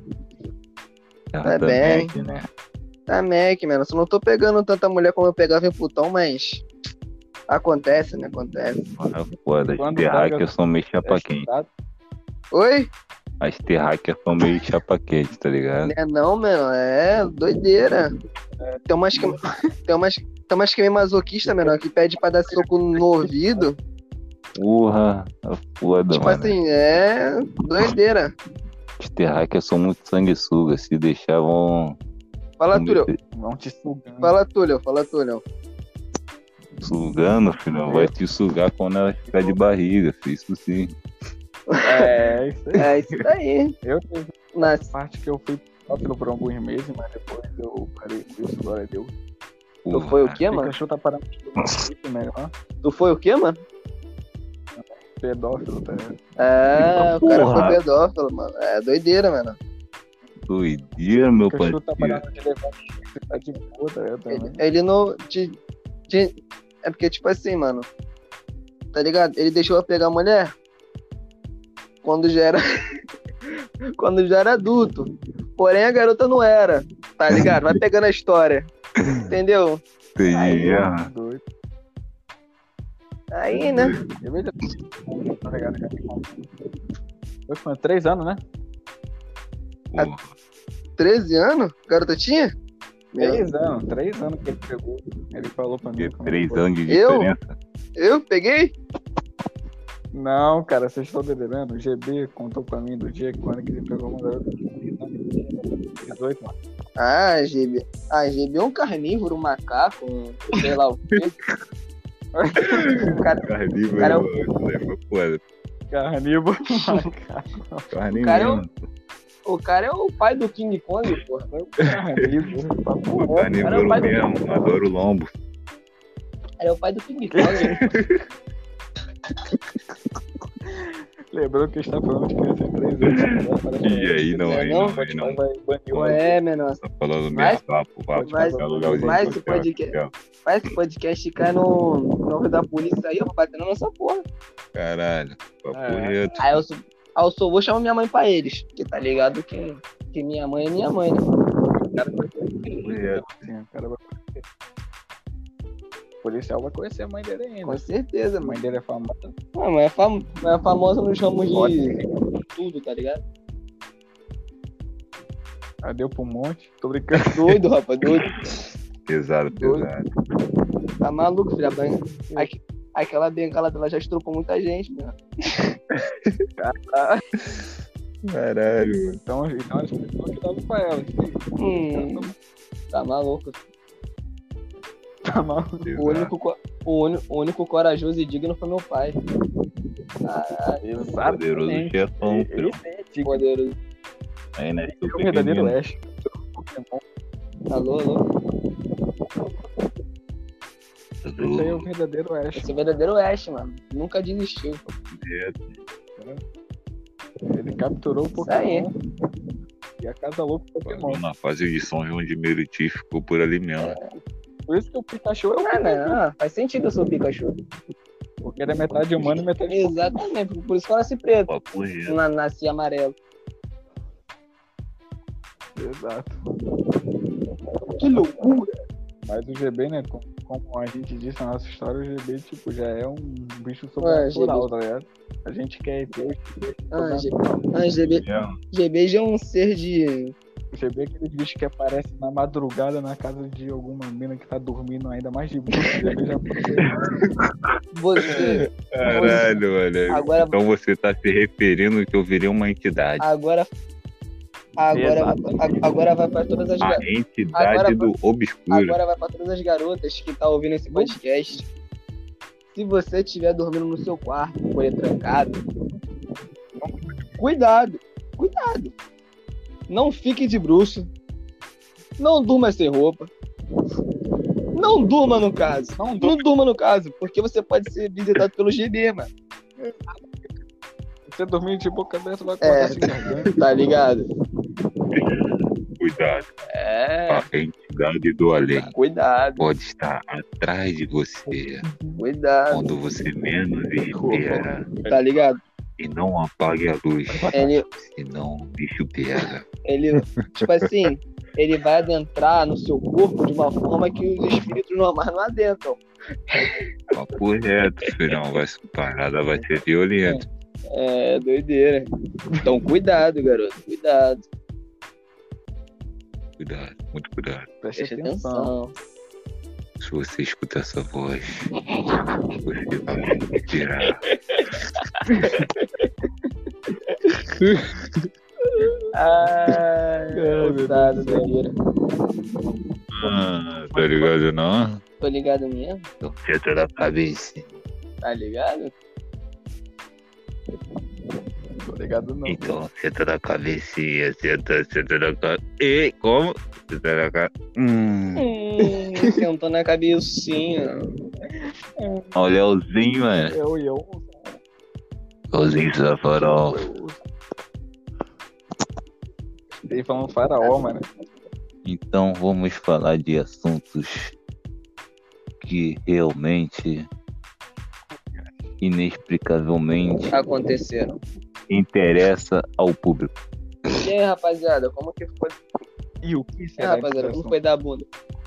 Tá bem. Mac, né? Tá Mac, mano. Só não tô pegando tanta mulher como eu pegava em putão, mas. Acontece, né? Acontece. Porra, foda. As Quando terráqueas são meio É chapa quente. estudado. Oi? As terráqueas são meio chapa quente, tá ligado? Não é não, mano. É doideira. Tem umas que. Tem umas. Tem umas que é meio masoquista, mano, que pede pra dar soco no ouvido. Porra, tá foda, Tipo mano. assim, é doideira. As terráqueas são muito sanguessugas. Se deixavam Fala, Túlio. Vão te sugando. Fala, Túlio. Fala, Túlio. sugando, filho, vai te sugar quando ela ficar de barriga, filho. Isso sim. É, isso aí. É isso daí. Eu teve Nas... parte que eu fui próximo por alguns meses, mas depois eu parei com isso, glória a Deus. Tu Porra. foi o quê, mano? Pikachu tá parando de estudar isso melhor. Tu foi o quê, mano? Pedófilo, tá? É, o cara Porra. foi pedófilo, mano. É doideira, mano. Doideira, meu Pikachu tá parceiro. parando de levar você tá de boa, tá? Eu Ele, também. ele não. Te, te- É porque, tipo assim, mano. Tá ligado? Ele deixou eu pegar a mulher quando já era. quando já era adulto. Porém, a garota não era. Tá ligado? Vai pegando a história. Entendeu? Entendi, Aí, ah. doido. Aí, né? Eu vejo. Tá ligado? Foi quando? Três anos, né? Porra. treze anos? Garota tinha? Meu, Três anos, três anos que ele pegou. Ele falou pra mim. Que como três foi. anos de Eu? diferença. eu peguei? Não, cara, vocês estão delirando. O G B contou pra mim do dia que quando que ele pegou uma garota de dezoito, mano. Ah, G B. Ah, G B é um carnívoro, um macaco, um sei lá o quê. O cara, Carnívoro, Cara, eu- isso daí foi foda. Carnívoro. Carnívoro. cara, eu- o cara é o pai do King Kong, porra. Carnívoro. Cara, Papo é o Carnívoro pai do- mesmo, adoro lombo. Ele é o pai do King Kong. Lembrou que a gente tá falando de criança de três anos. Agora E aí não, Não é aí não? não, aí não. vai banir o É, menor. Tá falando Mas- mesmo, papo, papo, mas- qualquer lugarzinho mas social, o podcast- social. Faz esse podcast cai no nome da polícia aí, ó, batendo na nossa porra. Caralho, papo É. reto. Aí eu, sou- aí eu só vou chamar minha mãe pra eles. Que tá ligado que, que minha mãe é minha mãe, né? cara vai conhecer. Papo reto. Sim, o cara vai conhecer. O policial vai conhecer a mãe dele ainda. Com certeza, A mano. mãe dele é famosa. Ah, mas é, fam... mas é famosa nos ramos de Pode. tudo, tá ligado? Ah, deu pra um monte. Tô brincando. Doido, rapaz, doido. Pesado, Doido. pesado. Tá maluco, filha da mãe. Aqu- Aquela bengala dela já estrupou muita gente, mano. Caralho, mano. Então, então as pessoas que davam pra ela. Hum, tá maluco. Tá mal. O Pesado. único, co- o, uni- o único corajoso e digno foi meu pai. Caralho, Poderoso chefão, filho. Esse é digno. poderoso. Aí, né? Esse é o Super verdadeiro menino. Ash. Pokémon. Alô, alô. Esse aí é o verdadeiro Ash. Esse é o verdadeiro Ash, mano. Nunca desistiu. Ele capturou o Isso aí. Pokémon. E a casa louca do Pokémon. Falou na fase de São João de Meriti, ficou por ali mesmo. Por isso que o Pikachu é o Ah, Pikachu. não, faz sentido eu sou o Pikachu. Porque ele é metade humano e metade Exatamente, por isso que eu nasci preto. Papo reto. Na, nasci amarelo. Exato. Que loucura. Mas o G B, né, como, como a gente disse na nossa história, o G B, tipo, já é um bicho Ué, sobrenatural, G B. tá ligado? A gente quer ter o G B Ah, G- sobrenatural. ah, G B, É, G B já é um ser de. O G B é aquele bicho que aparece na madrugada na casa de alguma mina que tá dormindo ainda mais de boa. O G B já Você. caralho, mano. Agora, Então você tá se referindo que eu virei uma entidade. agora. Agora, Exatamente. agora vai pra todas as A garotas. entidade Agora- do obscuro. Agora vai pra todas as garotas que tá ouvindo esse podcast. Se você estiver dormindo no seu quarto, com ele trancado, cuidado, cuidado. Não fique de bruxo. Não durma sem roupa. Não durma no caso. Não Não durma no caso, porque você pode ser visitado pelo G B, mano. Você dormir de boca aberta vai É. acordar se engasgando. Tá ligado? Cuidado. É, A entidade do além cuidado, pode estar atrás de você cuidado. quando você menos espera. Tá ligado? E não apague a luz, Ele, senão o bicho pega. ele, tipo assim, ele vai adentrar no seu corpo de uma forma que os espíritos normais não adentram. Papo reto, filhão. Vai, parada vai ser violenta. É, doideira. Então, cuidado, garoto, cuidado. Cuidado, muito cuidado. Preste Preste atenção. atenção. Se você escuta essa voz, você vai virar. Ai, meu ousado, doideira. Ah, tá ligado não? Tô ligado mesmo? Então senta na cabeça. Tá ligado? Tô ligado não. Então senta na cabecinha, senta, senta na cabeça. E como? Senta na cabeça. Hum. Hum, sentou na cabecinha. Olha o Leozinho, mano. Eu e eu. Leozinho Safarol. Ele falando faraó, mano. Então vamos falar de assuntos que realmente, inexplicavelmente, Aconteceram. interessa ao público. E aí, rapaziada, como que foi? E o que E aí, será rapaziada, como foi dar bunda?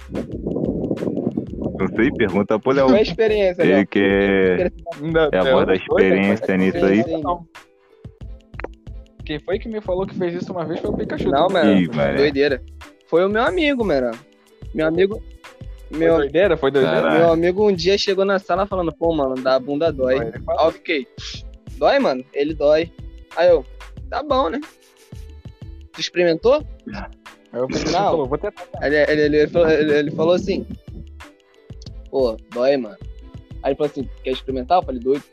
Não sei, pergunta pro Léo. Foi a experiência, Ele Léo. que é, é a voz da experiência nisso aí. Sim, sim. Quem foi que me falou que fez isso uma vez foi o Pikachu. Não, mano. Ih, mano. Doideira. Foi o meu amigo, mano. Meu amigo. Foi Meu, doideira? Foi doideira? Caralho. meu amigo um dia chegou na sala falando, pô, mano, da bunda dói. Aí ele falou, Aí eu fiquei, dói, mano? Ele dói. Aí eu, tá bom, né? Tu experimentou? Aí o Pikachu Não. falou, vou tentar. Ele, ele, ele, ele falou, ele, ele falou assim, pô, dói, mano. Aí ele falou assim, quer experimentar? Eu falei, doido.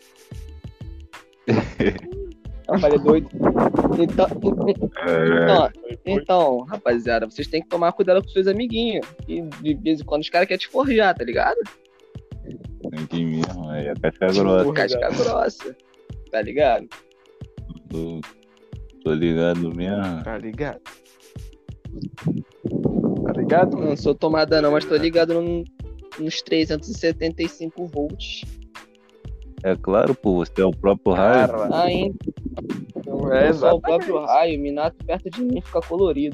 Eu falei, doido. Então, então, então, rapaziada, vocês têm que tomar cuidado com seus amiguinhos. E de vez em quando os caras querem te forjar, tá ligado? Aqui mesmo, é a casca grossa. Casca grossa. Tá ligado? Tô, tô ligado mesmo. Tá ligado? Tá ligado? Não sou tomada não, mas tô ligado num- nos trezentos e setenta e cinco volts. É claro, pô, você é o próprio raio. Cara, Ainda. é Eu sou o exatamente. próprio raio, Minato perto de mim fica colorido.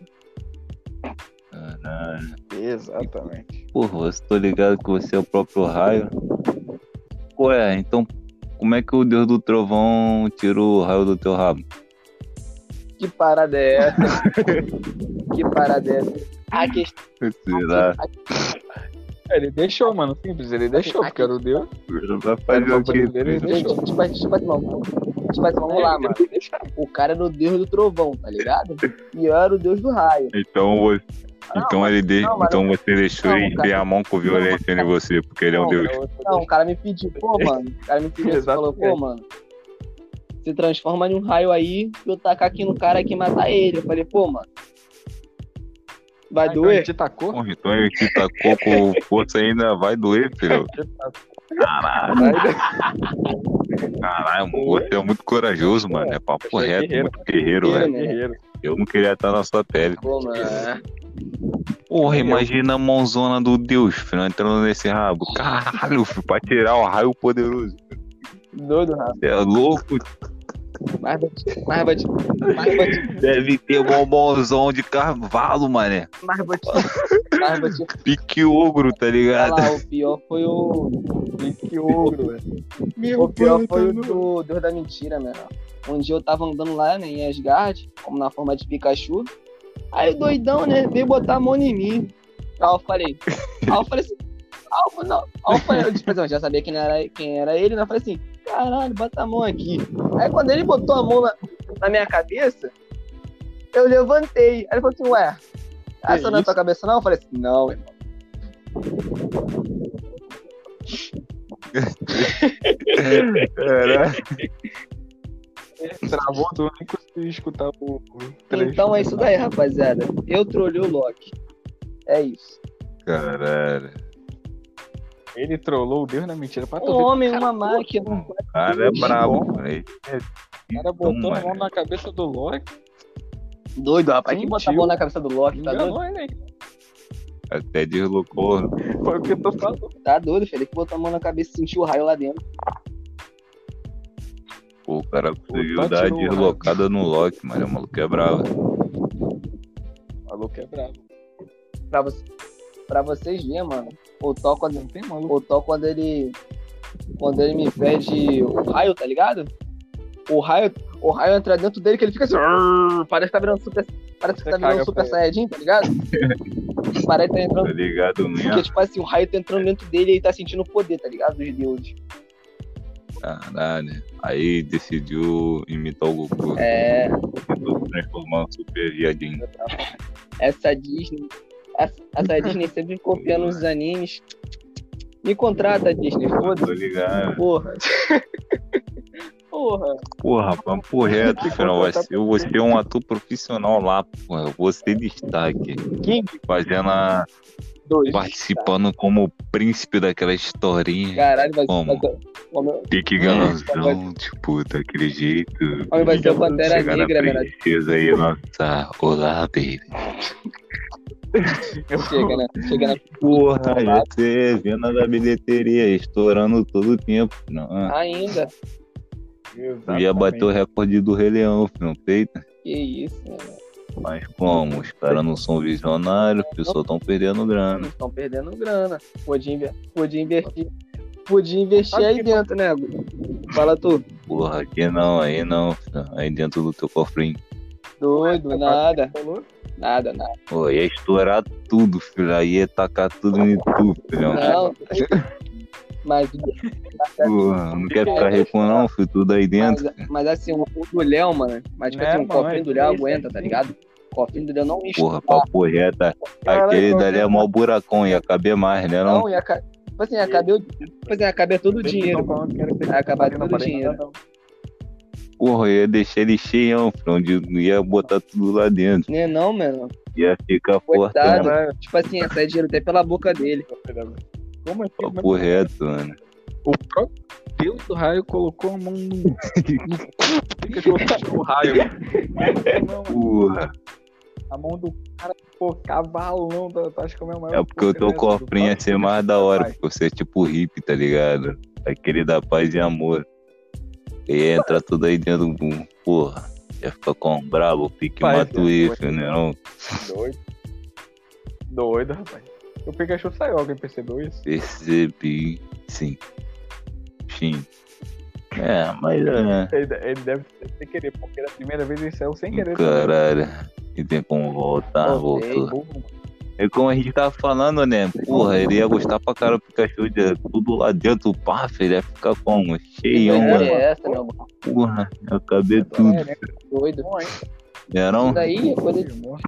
Caralho. Exatamente. Porra, você tô ligado que você é o próprio raio. Ué, então como é que o Deus do Trovão tirou o raio do teu rabo? Que parada é essa? Que parada é essa? A questão. Será? Ele deixou, mano. Simples, ele deixou, porque era o Deus. Vai fazer Era o o poder quê? dele, ele deixou. Tipo, tipo, tipo, assim, vamos tipo assim, vamos lá, mano. O cara era o deus do trovão, tá ligado? E eu era o deus do raio. Então você. Então ele de... não, mas- então você deixou não, ele cara. ter a mão com violência em você, porque ele é um Não, Deus. Não, o cara me pediu, pô, mano. O cara me pediu, assim, falou, pô, mano. Se transforma em um raio aí, eu tacar aqui no cara aqui e matar ele. Eu falei, pô, mano. Vai Ah, então doer? ele te tacou? Porra, então ele te tacou com força ainda vai doer, filho. Caralho, caralho, você é muito corajoso, mano. É papo Você é reto, guerreiro. muito guerreiro, Guerreiro, velho. mano. Guerreiro. Eu não queria estar na sua pele. Pô, mano. é. Porra, imagina a mãozona do Deus, filho, entrando nesse rabo. Caralho, filho, pra tirar o raio poderoso. Doido, Rafa. Você é louco? Mais batido, mais batido, mais batido, Deve ter bombonzão de cavalo, mané. mais batido, mais batido. Pique ogro, tá Olha ligado? lá, o pior foi o. Que ogro, velho. O pior foi o do Deus da Mentira, mano. Um dia eu tava andando lá, né, em Asgard, como na forma de Pikachu. Aí o doidão, né, veio botar a mão em mim. Aí eu falei, aí eu falei assim, aí eu, não. Aí eu falei, eu, tipo, assim, eu já sabia quem era, quem era ele, né? Eu falei assim, caralho, bota a mão aqui. Aí quando ele botou a mão na, na minha cabeça, eu levantei. Aí ele falou assim, ué, essa não é tua cabeça não? Eu falei assim, não, irmão. Caralho. Travou, tu nem conseguiu escutar o, o trecho. Então é isso daí, rapaziada. Eu trolei o Loki. É isso. Caralho. Ele trollou o Deus na mentira pra tu Um ver. homem, Cara, uma máquina. O cara é brabo, cara. O cara botou a mão na cabeça do Loki. Doido, rapaz. Quem Mentiu. bota a mão na cabeça do Loki? Tá doido? Enganou ele aí. Até deslocou. Foi o que eu tô falando. Tá doido, filho. Ele que botou a mão na cabeça e sentiu o raio lá dentro. Pô, o cara conseguiu Tá dar a tirou o deslocada no Loki, mano. O maluco é bravo. O maluco é bravo. Pra, você, pra vocês verem, mano. O Thor, quando, Não tem maluco. o Thor, quando ele. Quando ele me pede o raio, tá ligado? O raio, o raio entra dentro dele que ele fica assim. "Rrr", Parece que tá virando super. Parece que Você tá virando caga super pra saiyajin, tá ligado? Parece que tá entrando. Tá ligado mesmo? Porque, tipo assim, o raio tá entrando dentro dele e ele tá sentindo o poder, tá ligado? Dos deuses. Caralho. Aí decidiu imitar o Goku. É. Tentou transformar um super viadinho. Essa Disney. Essa, essa Disney sempre copiando os animes. Me contrata, Disney, Tô foda-se. ligado. Porra. Porra. Porra, papo reto, final. Vai ser, eu vou ser um ator profissional lá, porra. Eu vou ser destaque. Quem? Fazendo a. Dois. Participando como príncipe daquela historinha. Caralho, vai Como? ser. Homem, Pique galãozão, tipo, daquele jeito. homem vai ser o Pantera Chegar Negra, na velho. princesa aí, nossa, olá, baby. Chega, né? Chega na. Porra, já você vendo da bilheteria, estourando todo o tempo. Não, Ainda. já bateu o recorde do Rei Leão, não feita. Que isso, mano. Mas como? Os caras não são visionários, as pessoas estão perdendo grana. Eles estão perdendo grana. Podia, inver... Podia investir. Podia investir aí dentro, né? Fala tu. Porra, aqui não, aí não, filho. Aí dentro do teu cofrinho. Doido, nada. Nada, nada. Pô, ia estourar tudo, filho. Aí ia tacar tudo em tu, filho. Não. Mas, Porra, não quer ficar rico não, filho, tudo aí dentro. mas, mas assim, o, o do Léo, mano. Mas tipo É, assim, o mano, cofrinho do é Léo isso, aguenta, é tá isso. ligado? O cofrinho do Léo não Porra, estoura. papo reto. Aquele dali é mó buracão, ia caber mais, né não? Não, ia ca... Tipo assim, ia caber, o- tipo assim, ia caber todo o dinheiro. Ia acabar todo o dinheiro. Porra, ia deixar ele cheião, filho, onde ia botar tudo lá dentro. Né não, mano? Ia ficar Coitado. forte, Tipo assim, ia sair dinheiro até pela boca dele. Como assim? papo reto, mano. O próprio Deus do raio colocou a mão no. no Fica que eu o raio. Não, mano. Porra, A mão do cara, pô, cavalão. Da, acho que é o meu maior. é porque o teu porca, né, do cofrinho ia próprio ser mais Deus da do hora, raio. porque você é tipo hippie, tá ligado? Aquele da paz e amor. Ia entrar tudo aí dentro do. Porra, ia ficar com brabo, pique Paz e matuí, amor. filho, né não? Doido. Doido, rapaz. O Pikachu saiu, alguém percebeu isso? Percebi, sim. Sim. É, mas é. Ele, ele deve ser sem querer, porque da primeira vez ele saiu sem querer. Caralho. E tem como voltar, Voltei. voltou. É como a gente tava falando, né? Porra, ele ia gostar pra caramba do Pikachu, de tudo lá dentro, pá, filho, ia ficar como? Cheião, Que mano. é essa, meu irmão? Porra, ia caber tudo. É, né? Doido. Bom, hein? Não é não? Isso daí é coisa de.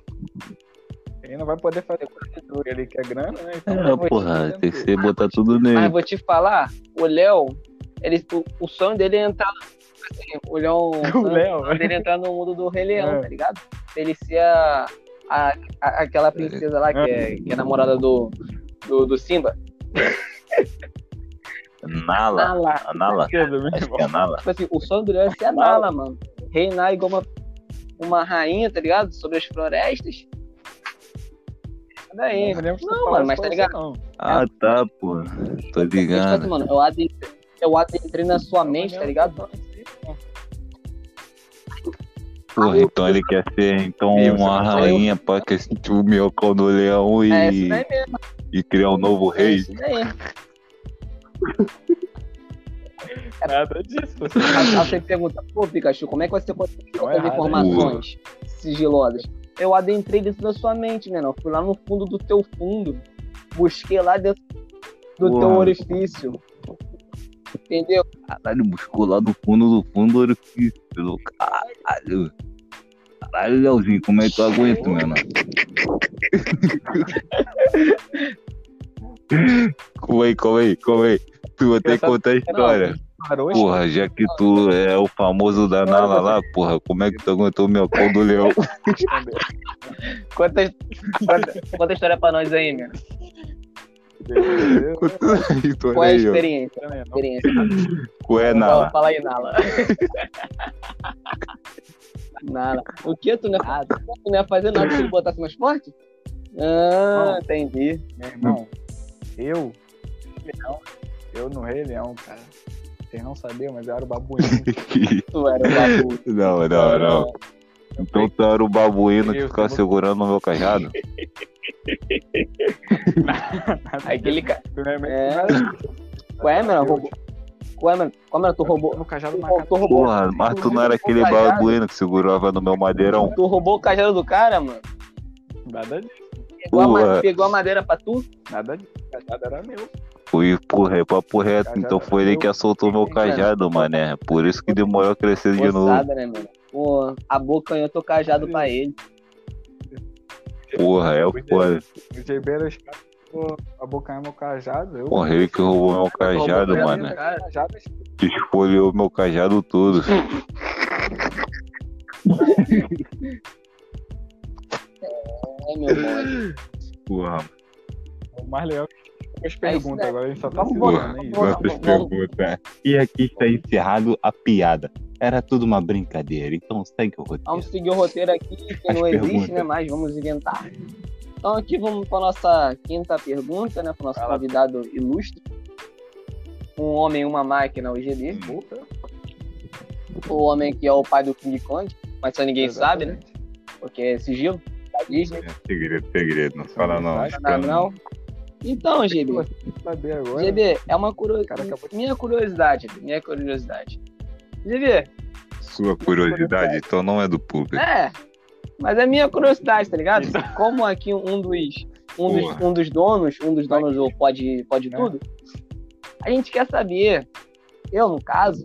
Ele não vai poder fazer coisa de doido, ele quer grana, né? Então, É, porra, tem que ser botar tudo Mas nele. vou te falar, o Léo, ele, o, o sonho dele é entrar. Assim, o Léo. O Léo, O sonho dele é entrar no mundo do Rei Leão, É. tá ligado? Ele ser a, a, a- aquela princesa lá que é, que é namorada do, do, do Simba. Nala. Nala. A Nala. Esquerda, meu Acho irmão. que é a Nala. Tipo assim, o sonho do Léo é ser a Nala, mano. Reinar igual uma, uma rainha, tá ligado? Sobre as florestas. Isso daí. Não lembro se Não, tu mano, falasse mas tá pra ligado? você, não. Ah, tá, pô. Tô Tipo assim, ligado. mano, eu adentrei, eu adentrei na sua mente, tá ligado? Porra, então ele quer ser então Meu, uma você- rainha pra que sentir o minhocão do leão e, É isso daí mesmo. e criar um novo É rei. isso daí. Nada disso. Você... Aí aí você pergunta, pô, Pikachu, como é que você conseguiu Não é essas errado, informações sigilosas? Eu adentrei dentro da sua mente, menor. Fui lá no fundo do teu fundo. Busquei lá dentro do Porra. teu orifício. Entendeu? Caralho, buscou lá do fundo do fundo do orifício. Caralho. Caralho, Leozinho, como é que tu aguenta, mano? Calma aí, calma aí, calma aí. Tu vai ter que contar a história. Parou, Porra, já que tu é o famoso da Nala lá, porra, como é que tu aguentou o meu pau do leão? Conta, conta, conta a história pra nós aí, meu. Conta a história Qual é a aí, ó. experiência? experiência? Qual é, Fala, Nala? fala aí, Nala. Nala. O que? Tu não, ia, tu não ia fazer nada se ele botasse mais forte? Ah, Não. entendi. Meu irmão, eu, Leão, eu no Rei Leão, cara. Vocês não sabiam, mas eu era o babuíno. Tu era o babu. Não, não, não. Então tu era o babuíno que Eu ficava sou- segurando o meu cajado? Aquele cara. Tu não é mesmo? É. Qual é, mano? Roubou. Qual é, mano? Qual é, tu roubou? No cajado Tu, marcado. tu roubou. Porra, mas tu não era aquele roubou o cajado. babuíno que segurava no meu madeirão? Tu roubou o cajado do cara, mano? Nada disso. Pegou a, ma- Porra. pegou a madeira pra tu? Nada disso. O cajado era meu. Fui, porra, é papo reto. Cajado Então foi ele meu. que assoltou meu cajado, mané. Por isso que demorou a crescer de novo. Moçada, né, mano? Pô, abocanhou teu cajado pra ele. Porra, é o foda. O G B era os caras que abocanhou meu cajado. Eu... Porra, ele que roubou meu cajado, Roubou mané. mesmo, cara. Cajado, Esfolhou meu cajado todo. É, meu bode. Porra, o mais legal que as É perguntas isso, né? agora. A gente só tá Vamos se embora, zoando, é isso. vamos quantas vamos- perguntas. E aqui está encerrado a piada. Era tudo uma brincadeira, então segue o roteiro. Vamos seguir o roteiro aqui, que As não existe, perguntas. né? Mas vamos inventar. Então aqui vamos para nossa quinta pergunta, né? Para o nosso Vai lá. convidado ilustre. Um homem e uma máquina, o G B. Puta, O homem que é o pai do King Kong, mas só ninguém sabe, né? exatamente. Porque é sigilo da Disney. É, segredo, segredo, não fala não. Não, Não, não. Então, G B, Você saber agora. G B, é uma curiosidade. Cara, acabou de- Minha curiosidade, minha curiosidade. G B, Sua curiosidade, então não é do público. é, mas é minha curiosidade, tá ligado? Como aqui um dos, um dos, Porra. um dos donos, um dos donos do Pode, pode É. Tudo, a gente quer saber, eu no caso,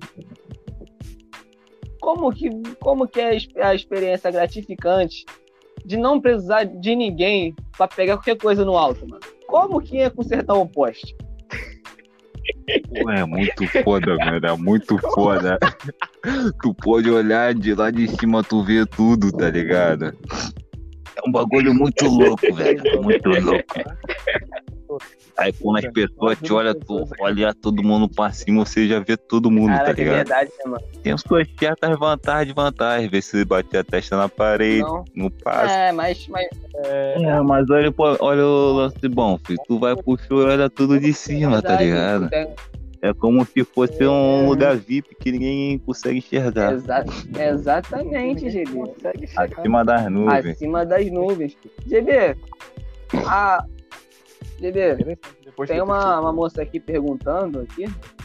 como que, como que é a exp- a experiência gratificante de não precisar de ninguém pra pegar qualquer coisa no alto, mano. Como que é consertar um poste? Pô, é muito foda, velho. É muito foda. Tu pode olhar de lá de cima, tu vê tudo, tá ligado? É um bagulho muito louco, velho. Muito louco. Aí quando as pessoas te olham, tu olha todo mundo pra cima, você já vê todo mundo, Cara, tá que é ligado? verdade, né, mano? Tem as suas certas vantagens, vantagens. Ver se bater a testa na parede, Não. no passo. É, mas, mas É, mas olha, pô, olha o lance bom, filho. Tu vai pro show e olha tudo de cima, tá verdade, ligado? tem- É como se fosse um lugar V I P que ninguém consegue enxergar. Exa- exatamente, G B. Consegue chegar. Acima das nuvens. Acima das nuvens. G B, a... G B, Depois tem que uma, uma moça aqui perguntando aqui.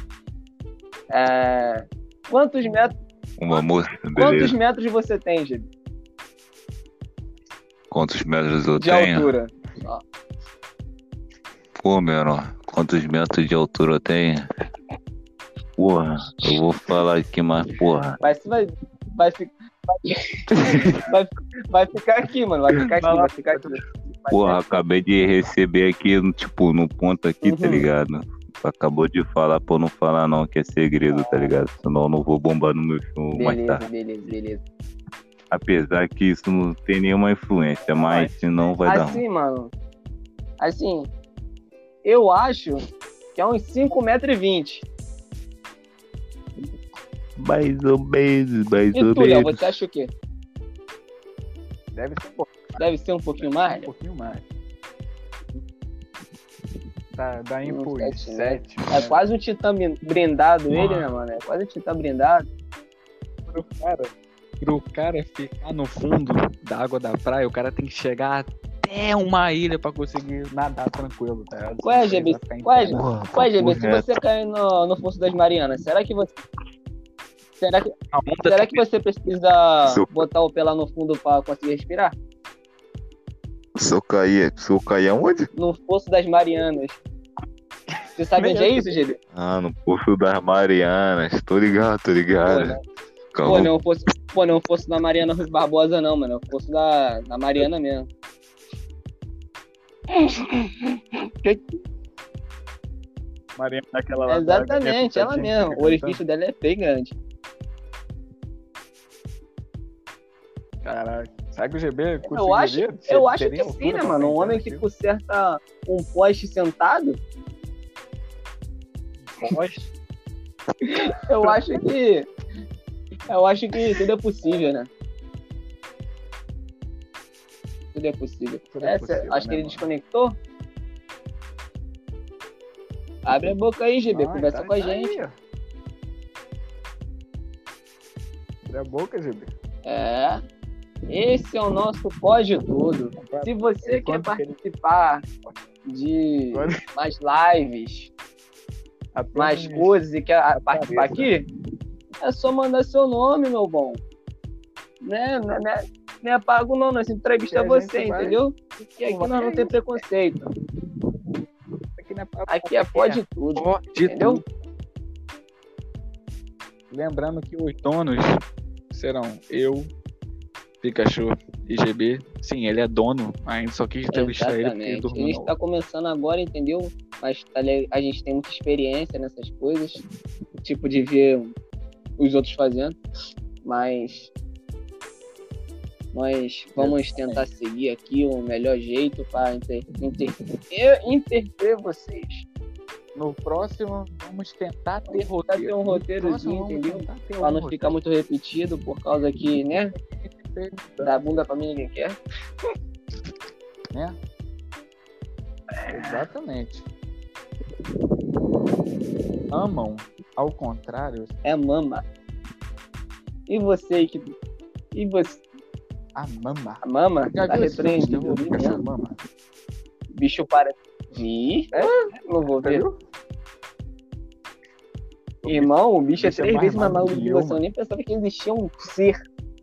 É, quantos metros, Uma moça, quantos beleza. metros você tem, G B? Quantos metros eu De tenho? altura. Pô, menor, quantos metros de altura eu tenho? Porra, eu vou falar aqui, mas porra. Vai, vai, vai, fi- vai, vai ficar aqui, mano. Vai ficar aqui, vai ficar aqui. Vai Porra, ficar acabei de receber aqui, no- tipo, no ponto aqui, tá Uhum. ligado? Acabou de falar pra eu não falar não, que é segredo, tá ligado? Senão eu não vou bombar no meu show aqui. mais Beleza, tarde. beleza, beleza. Apesar que isso não tem nenhuma influência, mas senão vai dar ruim. Assim, mano. Assim, eu acho que é uns cinco metros e vinte. Mais ou menos, mais E ou tu, Léo, menos. você acha o quê? Deve ser um pouquinho, Deve ser um pouquinho mais? um pouquinho mais. Tá, dá Uns impulso. sete, né? sete. É quase um titã blindado ele, Porra. né, mano? É quase um titã blindado. Cara, Pro cara ficar no fundo da água da praia, o cara tem que chegar até uma ilha pra conseguir nadar tranquilo, tá ligado? Ué, Ele G B, vai ficar em ué, pé, G B, né? Porra, ué, G B, papo se reto. você cair no, no Fosso das Marianas, será que você. Será que, A onda será tem que você precisa Se eu- botar o pé lá no fundo pra conseguir respirar? Se eu cair, se eu cair aonde? No Fosso das Marianas. Você sabe onde é isso, G B? Ah, no Poço das Marianas. Tô ligado, tô Pô, ligado. não, pô, Calma. não fosse, pô, não fosse da Mariana Rui Barbosa, não, mano. Fosse da, da Mariana mesmo. Maria daquela lá. Exatamente, ela mesmo. O orifício dela é bem grande. Caraca. Será que o G B Eu acho, conseguiria? eu acho Teria que sim, altura né, pra mano? Um entrar homem que naquilo? conserta um poste sentado, Poste? eu acho que. Eu acho que tudo é possível, né? Tudo é possível. Tudo é É, cê- possível, acho né, que ele mano? desconectou. Abre a boca aí, G B. Ah, Conversa tá- com a tá aí, gente. ó. Abre a boca, G B. É. Esse é o nosso Pode Tudo. Se você quer Quanto que ele- participar de Quanto- mais lives, Apenas mais coisas e quer apareça. participar aqui, é só mandar seu nome, meu bom. Né? Não, é- não, é- não é pago não, nós entrevista Que a você, gente vai- entendeu? Porque aqui Pô, nós não que tem isso, preconceito. Aqui não é papo, Aqui é Pode Tudo. Pode Entendeu? tudo. Lembrando que os donos serão eu, Pikachu e G B. Sim, ele é dono, ainda só quis entrevistar ele porque ele Exatamente. A dormiu gente na tá começando agora, entendeu? Mas tá le- a gente tem muita experiência nessas coisas. Tipo, de ver os outros fazendo. Mas nós vamos tentar seguir aqui o melhor jeito para inter... inter... interter vocês. No próximo, vamos tentar ter Tentar roteiro. ter um No roteirozinho, próximo, vamos entendeu? tentar ter Pra um não ficar muito repetido, por causa que, né? roteiro, Da bunda pra mim ninguém quer. né? Exatamente. Amam, ao contrário, É mama. E você que. E você. a mama. A mama Já tá viu esse filme de repreendido. terror, vi Pikachu mesmo. Mama? Bicho para. Vi? É? Não vou Já ver. viu? Irmão, o bicho é bicho é três mais vezes mais maluco maluco que que eu, você. Eu nem pensava que existia um ser.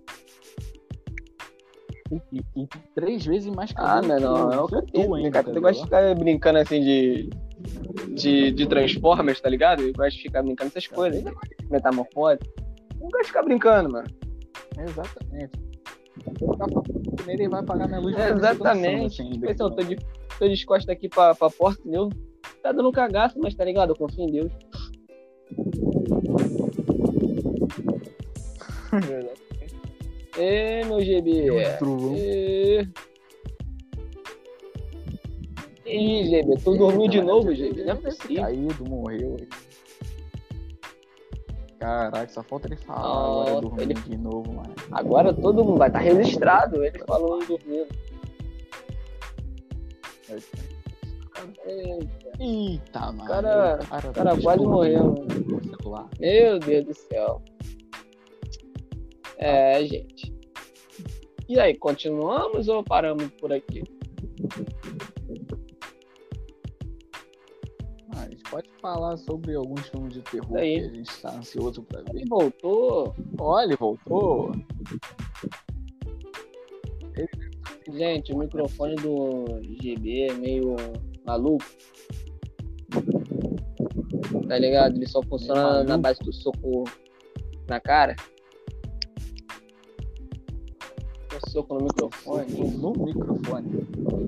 E, e três vezes mais Ah, cabelo que não, eu. é o Que capeta. tu Né, ainda, cara? tá Tu gosta de ligado? ficar brincando assim de. De, de Transformers, tá ligado? Eu gosto de ficar brincando essas coisas. Metamorfose. Eu não gosto de ficar brincando, mano. Exatamente. Se eu ficar falando com ele, ele vai apagar minha luz. É, pra mim, exatamente. assim, Pensei, eu tô de, tô de costas aqui pra, pra porta, entendeu? Tá dando um cagaço, mas tá ligado? Eu confio em Deus. Ê, meu G B. Deus, trovão. Ê. Ih, G B, tu dormiu de novo, G B? Não é Deve ter possível. caído, morreu. Caraca, só falta ele falar agora Nossa, dormir ele- de novo, mano. Agora todo mundo vai estar registrado. Ele falou dormindo. Eita, Eita, mano. cara- o cara, o cara tá quase morreu, destruindo o celular. meu Deus do céu. É, gente. E aí, continuamos ou paramos por aqui? Ah, a gente pode falar sobre alguns filmes de terror Aí. que a gente tá ansioso pra ver. Ele voltou. Olha, ele voltou. Gente, o microfone do G B é meio maluco. Tá ligado? Ele só funciona Meio na maluco. base do soco na cara. Um soco no microfone. No microfone.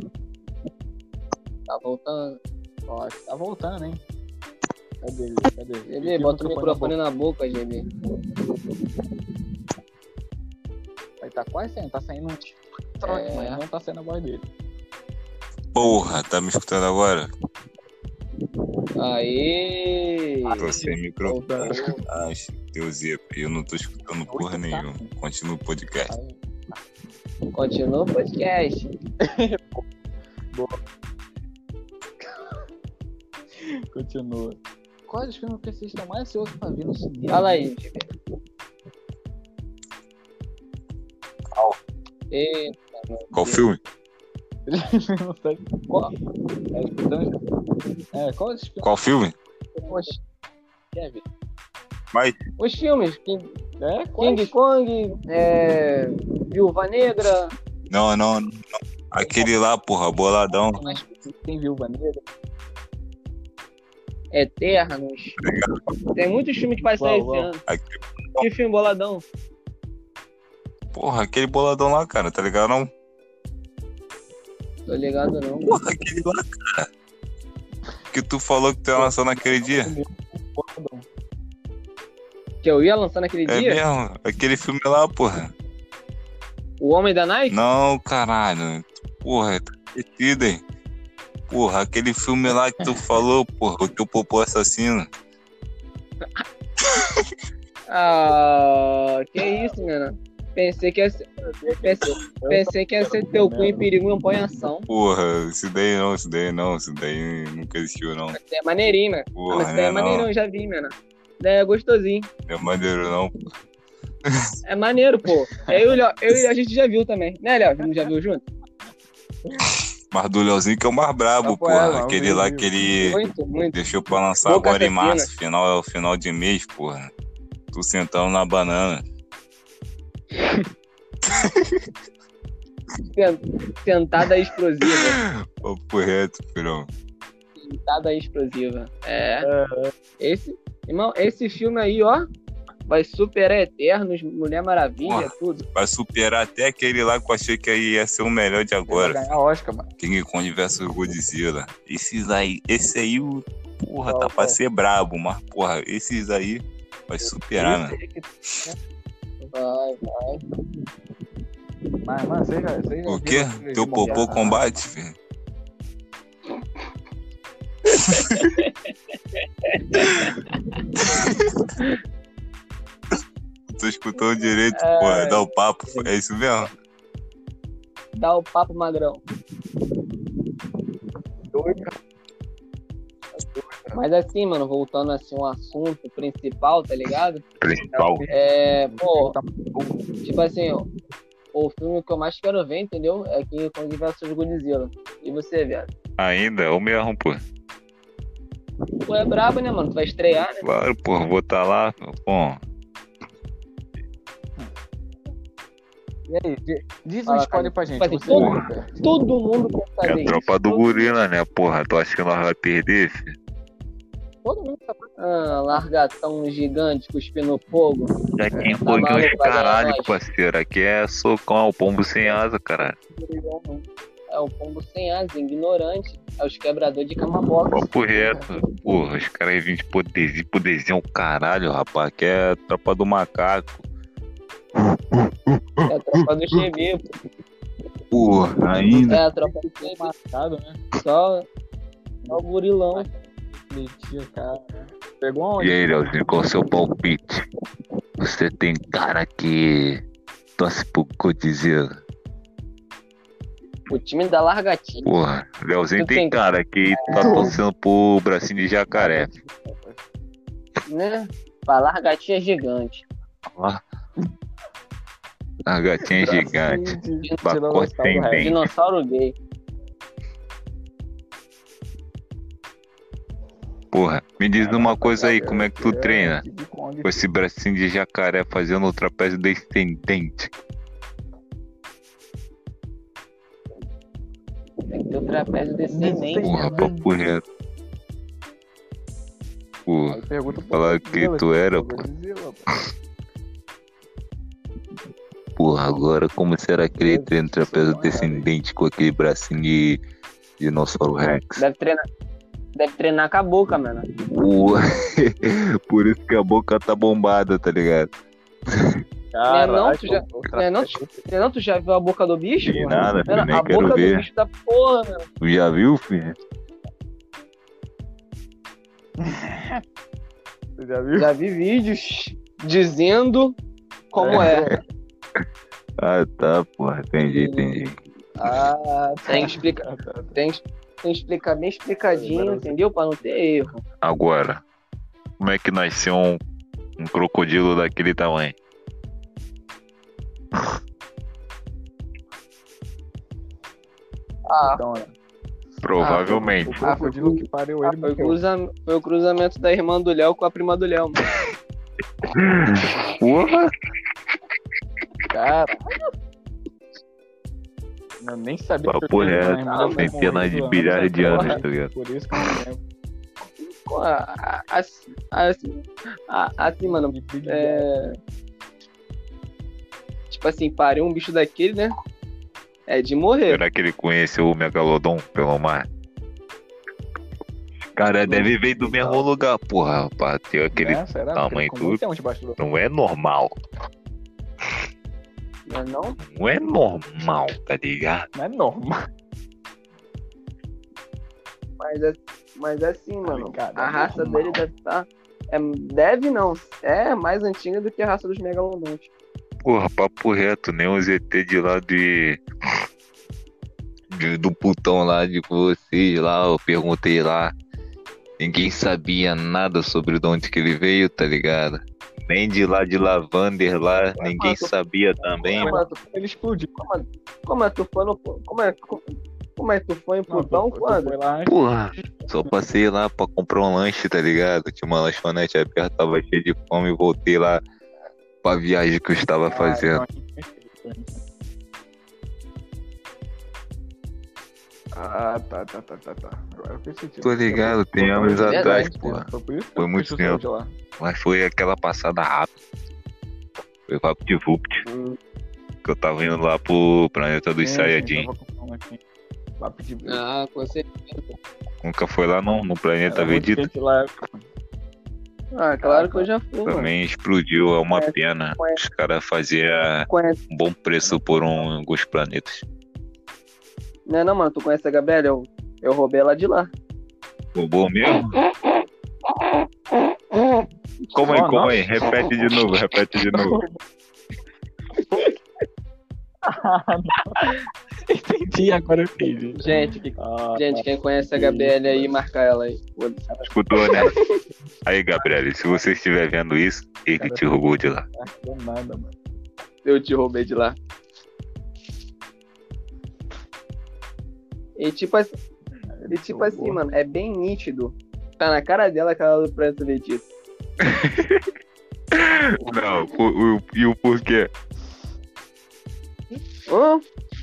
Tá voltando. Ó, tá voltando, hein? Cadê ele? Cadê ele? G B, Enfia bota o na microfone na boca, G B. boca. Aí tá quase saindo, tá saindo um trote, É. mas não tá saindo a voz dele. Porra, tá me escutando agora? Aê! Tô sem microfone. Voltando. Ai, Deus, eu não tô escutando porra nenhuma. Continua o podcast. Aí, Continua o podcast. continua. Quais os filmes que vocês estão mais ansiosos pra ver no cinema? Fala aí, G B. Eita, meu Qual Deus. filme? Não sei. Qual? É, escutando? É, qual é esse filme? Qual filme? Os, Kevin? Mas, os filmes, King, É, quais? King Kong, é, Viúva Negra, não, não, não. Aquele lá, porra, boladão. mas Tem Viúva Negra? Eternos. Tem muitos filmes que vai sair esse Qual, qual? ano. Aquele- Que filme boladão? Porra, aquele boladão lá, cara, tá ligado não? Tô ligado não. Porra, aquele lá, cara. Que tu falou que tu ia lançar naquele dia. Que eu ia lançar naquele É dia? mesmo? Aquele filme lá, porra. O Homem da Nike? Não, caralho. Porra, tá esquecido, hein? Porra, aquele filme lá que tu falou, porra, o teu popô assassino. Ah, que isso, mano. Pensei que ia ser, pensei, pensei que ia ser teu cu em perigo em apanhação. Porra, isso daí não, isso daí não, isso daí nunca existiu, não. Isso daí é maneirinho, mano. Ah, Porra, mas isso daí é né, maneirão, não. eu já vi, mano. Isso daí é gostosinho. É maneiro, não. É maneiro, pô. Eu e o Léo, eu e a gente já viu também. Né, Léo? A gente já viu junto? Mas do Leozinho que é o mais brabo, Tá, pô, porra. é, Aquele viu, lá viu. que ele Muito, muito. deixou pra lançar Boca agora em assassina. março. Final é o final de mês, porra. Tu sentando na banana. Sentada explosiva. Papo reto, pirão. Sentada explosiva. É. Esse, irmão, esse filme aí, ó, vai superar Eternos, Mulher Maravilha, Porra. tudo. Vai superar até aquele lá que eu achei que ia ser o melhor de Vai agora. ganhar Oscar, mano. King Kong versus Godzilla. Esses aí, esse aí, o- porra, Qual, tá pra qual? ser brabo, mas, porra, esses aí vai superar, mano. Esse aí que- Vai, vai. Mas, mano, vocês já, vocês já O quê? viram Teu de popô bombear? combate, filho? Tu escutou direito, Ai. porra, dá o papo, é isso mesmo? Dá o papo, magrão. Doido. Mas assim, mano, voltando assim ao assunto principal, tá ligado? Principal. É, pô, Tá- tipo assim, ó, o filme que eu mais quero ver, entendeu? É King Kong versus Godzilla. E você, velho? Ainda, é o mesmo, pô. Tu é brabo, né, mano? Tu vai estrear, né? Claro, porra, vou tá lá, pô. E aí, di- diz um Fala, spoiler pra gente. Tipo assim, Você todo- viu, cara? Todo mundo quer É saber a tropa isso. do Todo- gorila, né, porra? Tu acha que nós vamos perder, filho? Todo mundo tá ah, largatão gigante cuspindo fogo. Aqui em Tá Foguinho maluco, de vai ganhar caralho, nós. parceiro. Aqui é socão, é o pombo sem asa, caralho. É o pombo sem asa, ignorante. É os quebradores de cama box. Papo reto. Porra, os caras vêm de poderzinho, poderzinho, o caralho, rapaz. Aqui é a tropa do macaco. É a tropa do Chevy, pô. Porra, ainda. É a tropa do Chevy. Marcado, né? Só, só o burilão. Metia, cara. Pegou onde? E aí, Leozinho, qual é o seu palpite? Você tem cara que torce pro Godzilla. O time da Largatinha. Porra, Leozinho Tu tem tem- cara que tá torcendo pro bracinho de jacaré. Né? Pra Largatinha gigante. Ó. A gatinha gigante. De- Pacote Tiranossauro sem Rex. dente. Dinossauro gay. Porra, me diz uma coisa aí, como é que tu É, treina? King Kong. Com esse bracinho de jacaré fazendo o trapézio descendente. Tem que ter o trapézio descendente. Porra, papo reto. Porra, Aí pergunta pro falar que Godzilla, tu era, pro pô. Godzilla, pô. Porra, agora como será que ele treina o trapézio descendente com aquele bracinho de dinossauro Rex? Deve treinar. Deve treinar com a boca, mano. Porra, por isso que a boca tá bombada, tá ligado? Caralho, não, tu já- pô, Não, é não, tu, não, é não, tu já viu a boca do bicho? Nem porra? nada, filho, Mano, nem a quero boca do ver. bicho da porra, mano. Tu já viu, filho? Você já viu? Já vi vídeos dizendo como é. Ah, tá, porra, entendi, entendi. Ah, Tem que explicar, tem, tem que explicar bem explicadinho, entendeu? Pra não ter erro. Agora, como é que nasceu um, um crocodilo daquele tamanho? Ah, Então, né? Provavelmente. O crocodilo que pariu ah, ele foi, o morreu. cruza- foi o cruzamento da irmã do Léo com a prima do Léo, mano. Porra! Cara. Eu nem sabia que eu Papo tinha reto, uma irmã tem morrida centenas de antes bilhares de daquela, anos, tá ligado? Por isso que eu não lembro. Pô, a- a- Assim, assim, a- assim, mano, De Big é... Tipo assim, pariu um bicho daquele, né? É de morrer. Será que ele conheceu o Megalodon pelo mar? Cara, deve vir do mesmo lugar, porra. Pra ter aquele Né? Será? tamanho Porque como tudo. tem um debaixo do- Não é normal. Não é não? Não é normal, tá ligado? Não é normal. Mas, é- mas é assim, mano. ligado? A É raça normal. dele deve estar. É, deve não. É mais antiga do que a raça dos megalodontes. Porra, papo reto, nem os E T de lá de... de- do putão lá de vocês lá, eu perguntei lá. Ninguém sabia nada sobre de onde que ele veio, tá ligado? Nem de lá de Lavander lá, ninguém sabia também. Como é, tu, Ele explodiu. como é, como é tu foi no. Como é, como, como é que tu foi em Não, Plutão tu- tu quando? foi lá antes. Porra, só passei lá pra comprar um lanche, tá ligado? Tinha uma lanchonete aberta, tava cheio de fome e voltei lá pra viagem que eu estava fazendo. Ah, então a gente fez isso. Ah, tá, tá, tá, tá, tá. Agora fez sentido. Tô ligado, tem anos Verdade, atrás, pô. porra. Foi por isso que Foi eu muito fui tempo. de lá. Mas foi aquela passada rápida. Foi VaptVupt. Hum. Que eu tava indo lá pro planeta dos Sim, Saiyajin. sim, tava comprando aqui. Lá pedir vídeo. Ah, com certeza. Nunca foi lá não, no planeta Era muito Vegeta. quente lá. Ah, claro que eu já fui, mano. Também explodiu, é uma Conhece- pena. conhece- Os caras faziam Conhece. um bom preço por um, alguns planetas. Não é não, mano. Tu conhece a Gabriela? Eu, eu roubei ela de lá. Roubou mesmo? Como aí, Oh, como não. aí? Repete de novo, repete de novo. Entendi, agora eu entendi. Gente, que- Ah, gente, quem conhece a Gabriela aí, marca ela aí. Foda-se. Escutou, né? Aí, Gabriel, se você estiver vendo isso, ele te roubou de lá. não deu nada, mano. Eu te roubei de lá. E tipo assim, e tipo assim, mano, é bem nítido. Tá na cara dela aquela do Planeta Vegeta. Não, o, o- e o porquê? Hã?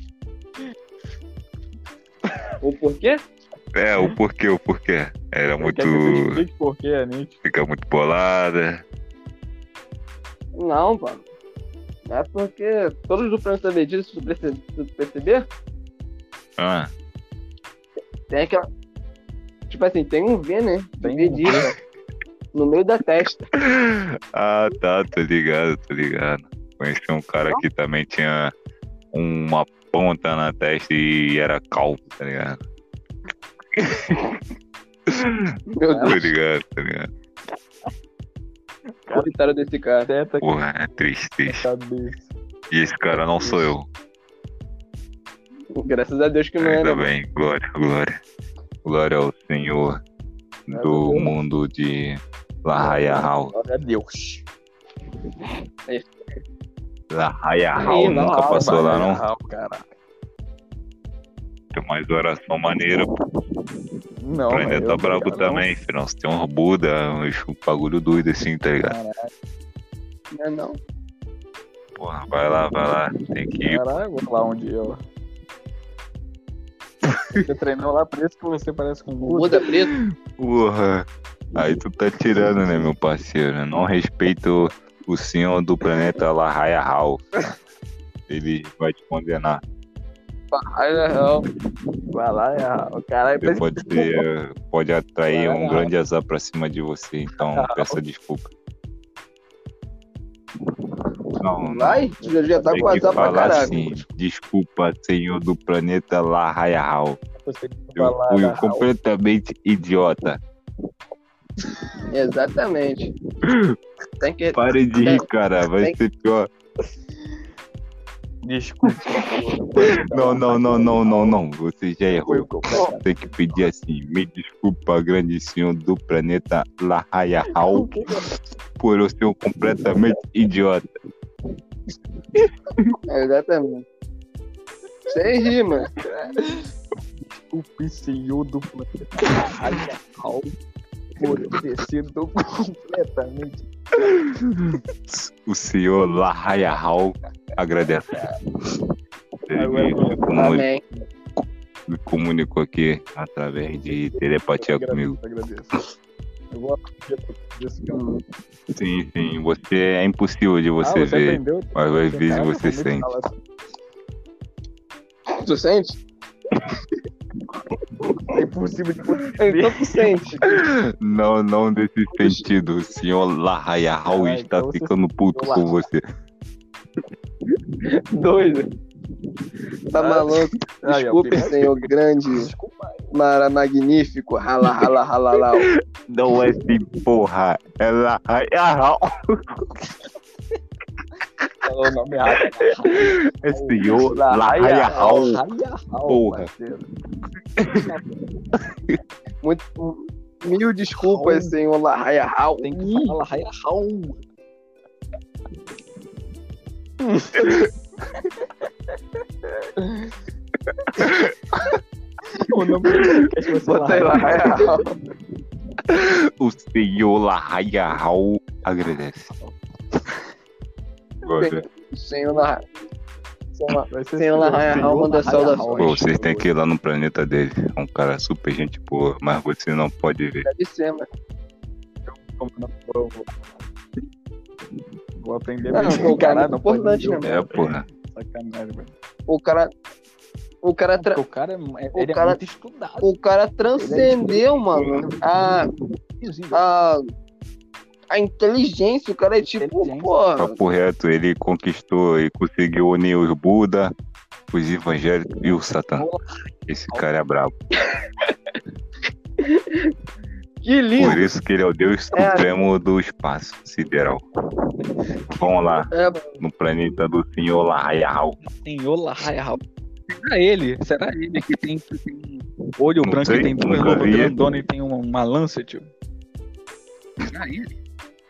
O porquê? É, o porquê, o porquê. Era muito. Quer que eu te explique por quê, é nítido? Fica muito bolada. Não, mano. É porque todos do Planeta Vegeta, se tu perce- se tu perceber, Ah, tem aquela. Tipo assim, tem um V, né? De Tem um Vegeta. No meio da testa. ah, tá, tô ligado, tô ligado. Conheci um cara que também tinha uma ponta na testa e era calvo, tá ligado? Meu Tô Deus, ligado, tá ligado? coitado desse cara. Teta aqui Porra, é triste, na triste. cabeça. E esse cara não sou eu. Graças a Deus que não Ainda era. bem, glória, glória. Glória ao Senhor do mundo de Lahaya Hall. Glória a Deus. Lahaya Hall Ih, nunca Valhalla, passou lá, não? Valhalla, cara. Tem mais oração maneira. Não, O mas planeta eu- brabo não. também, filhão. Você tem uns Buda, uns bagulho doido assim, tá ligado? Não é não. Porra, vai lá, vai lá. Tem que ir. Caralho, vou lá um dia, ó. Você treinou lá, por isso que você parece com o Buda. Muda preto? Porra. Aí tu tá tirando, né, meu parceiro? Eu não respeito o senhor do planeta Lahaya Hall. Ele vai te condenar. Ai, na real. Vai lá, é, o caralho. Você pode, ter, pode atrair um grande azar pra cima de você, então peça desculpa. Não, não. Vai, tu já, já tá Tem com que azar pra falar caralho. assim, desculpa, senhor do planeta Lahaya Hall. Você vai Eu lá, fui na- completamente idiota. Exatamente. Tem que. Pare de rir, cara, vai Tem- ser pior. Desculpa. Não, não, não, não, não, não. Você já Foi errou. o que eu falei. Tem que pedir assim, me desculpa, grande senhor do planeta Lahaya Hall, por eu ser um completamente idiota. Exatamente. Sem rir, mano. o P C O do planeta Radial florescendo completamente. O senhor Lahaya Hall agradece. Ele me, comuni- Amém. me comunicou aqui através de telepatia comigo. Agradeço. Eu vou aprender desse canal. Sim, sim. Você é impossível de você Ah, você ver. aprendeu? Mas às vezes Cara, você como é que sente. fala assim? Tu sente? É impossível de você Então tu sente. Não, não desse sentido. O senhor Lahaya Hall Ah, está então você ficando puto sentiu com lá. você. Doido. Tá maluco? Ah, Desculpe, é o senhor grande, Desculpa aí. mara magnífico, rala, rala, rala, rala. Não é assim, porra. É Lahaya Hall. Falou o nome errado. É senhor Lahaya Hall. Porra. Muito, mil desculpas, senhor Lahaya Hall. Tem que falar Raya Hall. O nome do podcast vai ser Bota aí, Lahaya Hall. O senhor Lahaya Hall agradece. Agora, Senhor Lahaya. Senhor Vai ser Senhor Lahaya Hall manda Lahaya saudações. Hall. pô, vocês têm que ir lá no planeta dele. É um cara super gente boa, mas você não pode ver. Deve ser, mano. Como não vou- Vou aprender Não, mesmo. não, cara, Caralho, é muito importante, pode- né, É, porra. Sacanagem, velho. O cara. O cara, tra- Porque o cara, é, o ele cara- é muito estudado. o cara transcendeu, mano. A, a, a inteligência. O cara é tipo, Inteligência. porra. Papo reto, ele conquistou e conseguiu unir os Buda, os evangélicos e o Satã. Esse cara é brabo. Que lindo. Por isso que ele é o deus É. supremo do espaço sideral. Vamos lá, É, no planeta do senhor Lahaya Hall. Senhor Lahaya Hall. Será ele? Será ele que tem, que tem olho Não branco sei, e tem duas nunca lobas vi. grandonas e tem uma, uma lança, tio? Será ele?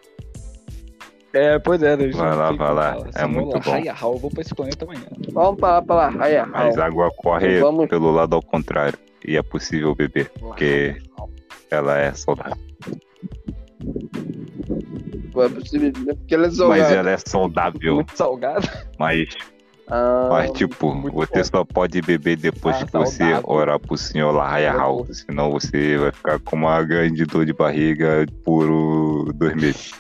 É, pois é. Deixa Vai eu lá, ver vai como lá. fala. É Senhor muito bom. Lahaya Hall. Eu vou pra esse planeta amanhã. vamos pra, pra Lahaya Mas Hall. a água corre Vamos. pelo lado ao contrário. E é possível beber, porque ela é saudável. Pô, é possível, né? Porque ele é Mas salgado. ela é saudável. Muito salgado. Mas, Ah, mas tipo, muito você bom. só pode beber depois Ah, que você saudável. orar pro senhor Lahaya Hall. Senão você vai ficar com uma grande dor de barriga por uh, dois meses.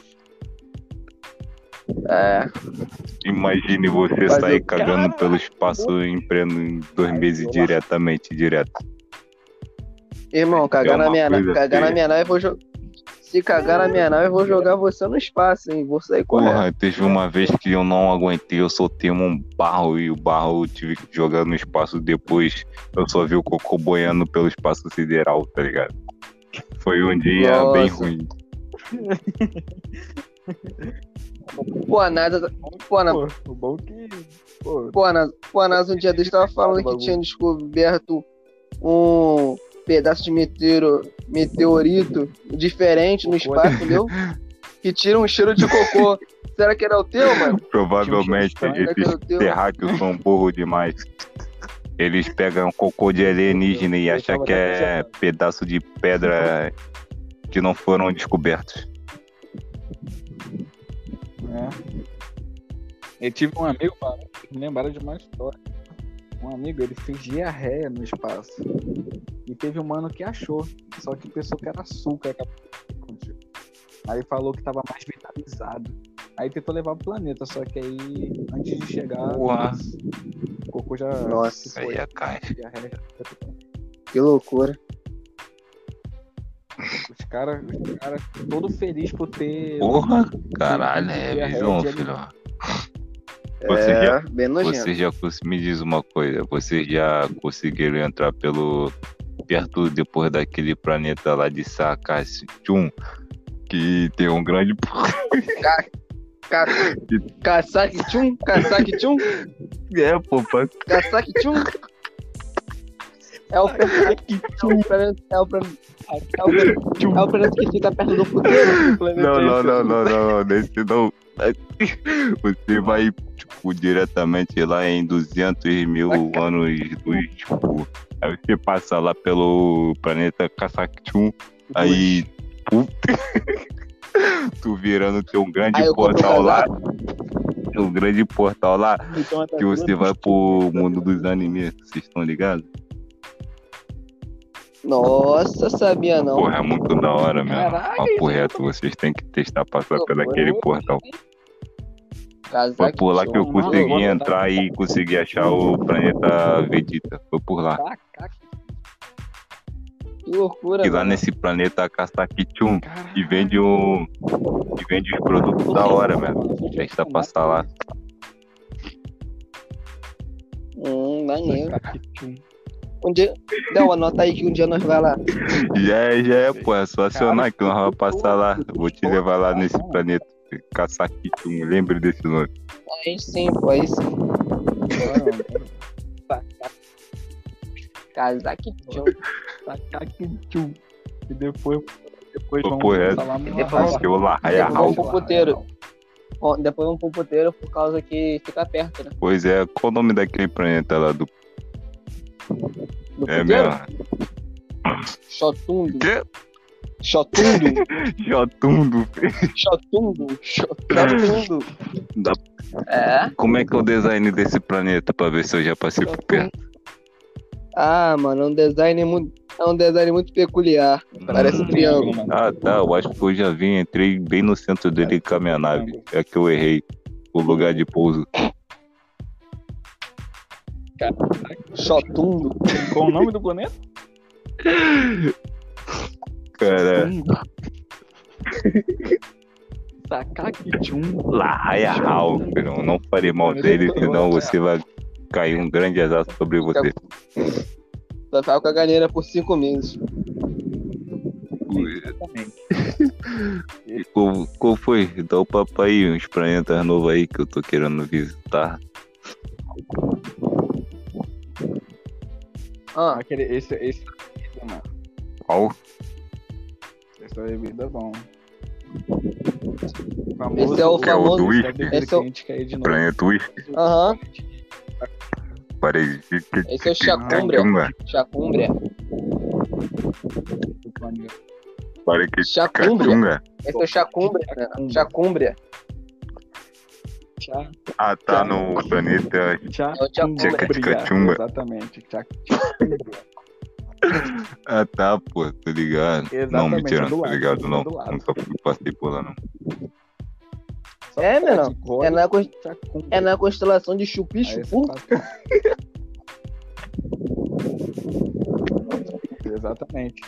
é. Imagine você Mas sair eu- cagando Caralho. pelo espaço em pleno em dois meses eu- diretamente, direto. Irmão, cagar É uma na minha nave. coisa Cagar na feia. minha nave, eu vou jogar. Se cagar na minha nave, eu vou jogar você no espaço, hein? Vou sair correndo. Porra, teve uma vez que eu não aguentei, eu soltei um barro e o barro eu tive que jogar no espaço depois. Eu só vi o cocô boiando pelo espaço sideral, tá ligado? Foi um dia Nossa. bem ruim. Pô, a NASA. Pô, a NASA. Pô, o bom que... Pô, Pô, a NASA, pô, a NASA um dia desse tava falando que tinha descoberto um pedaço de meteoro, meteorito diferente no espaço, entendeu? Que tira um cheiro de cocô. Será que era o teu, mano? Provavelmente Tinha um cheiro estranho, esses né, que era o teu. terráqueos são burros demais. Eles pegam cocô de alienígena e Eu acham tava que até é pensando. pedaço de pedra que não foram descobertos. É. Eu tive um amigo, mano, que me lembraram de uma história. Um amigo, ele fez diarreia no espaço. E teve um mano que achou. Só que pensou que era açúcar. Aí falou que tava mais vitalizado. Aí tentou levar pro planeta, só que aí, antes de chegar, Uau. o cocô já Nossa, se foi. Aí é cai. Diarreia já foi. Que loucura. Os caras, os cara, todo feliz por ter. Porra, caralho, Tem- tem é diarreia visão, de filho. animal. Você é, já, bem nojento. você já cons- me diz uma coisa, vocês já conseguiram entrar pelo perto depois daquele planeta lá de Sakashun, que tem um grande Ca... Kasaki Chum, Kasaki Chum, é, pô, pra- Kasaki Chum. É o planeta, é o planeta, é o planeta, é o planeta, é o planeta que fica perto do puteiro. não, não, não, não, não, nesse não. Você vai, tipo, diretamente lá em duzentos mil anos luz, tipo, aí você você passa lá pelo planeta Kasakchum, aí puta, tu virando tem um grande Aí eu compro portal o lá, casaco. tem um grande portal lá, Então, que você vai pro mundo dos animes, vocês estão ligados? Nossa, sabia não. Porra, é muito da hora mesmo. Caraca, Papo isso reto, vocês têm que testar passar Pô, pelo aquele pô. portal. Foi Casaco por lá que eu Mano, consegui eu vou- entrar e consegui achar o planeta Vegeta. Foi por lá. Que loucura, E lá mano. nesse planeta Kasakchum, Caraca. que vende um. que vende os produtos da hora, mesmo. Testa passar lá. Hum, maneiro. Um dia... Não, anota aí que um dia nós vai lá. Já é, já é, pô. É só acionar que nós vamos passar lá. Vou te levar lá nesse planeta Kasakchum. Lembre desse nome. Aí sim, pô, aí sim. Casaco. Takakichu. E depois, depois Pô, vamos pô, é. passar lá no Depois- Acho que eu lá, Raya Depois vamos Hall. pro puteiro. Ó, depois vamos pro puteiro por causa que fica perto, né? Pois é, qual o nome daquele planeta lá do. Do É puteiro? mesmo? Chotundo. Que? Chotundo. Jotundo. Chotundo. Chotundo. Da- É. Como é que é o design desse planeta pra ver se eu já passei por perto? Ah, mano, é um design muito, é um design muito peculiar. Parece um triângulo. Ah, tá. Eu acho que eu já vi, entrei bem no centro dele com a minha nave. É que eu errei o lugar de pouso. Chotundo. Qual o nome do planeta? Cara, Takakichum. Lahaya Hall, filho. Não farei mal dele, senão você vai cair um grande exato sobre você. Vai ficar com a galera por cinco meses. E Qual, qual foi? Dá o papo aí, uns planetas novos aí que eu tô querendo visitar. Ah, Aquele, esse, esse, mano. Qual? Esse é bebida bom. Esse é o Que é o famoso. do whisky? Esse é o- de novo. Planeta Whisky? Aham. Parece que. Esse é o Chacúmbria. Chacúmbria. Parece que. Chacúmbria. Cachunga. Esse é o Chacúmbria. né? Chacúmbria. Tchá, Ah, tá no planeta. tchá, É o Chacúmbria. Tchacachunga. Exatamente. Tchá, Ah, tá, pô, tô ligado. Não, Exatamente, mentira, é do não tô lado, ligado, é não. do lado. Nunca fui, passei por lá, não. É, menão. É na, cons- Tchá, é na constelação de Aí Chupi você Chupu. passa- Exatamente.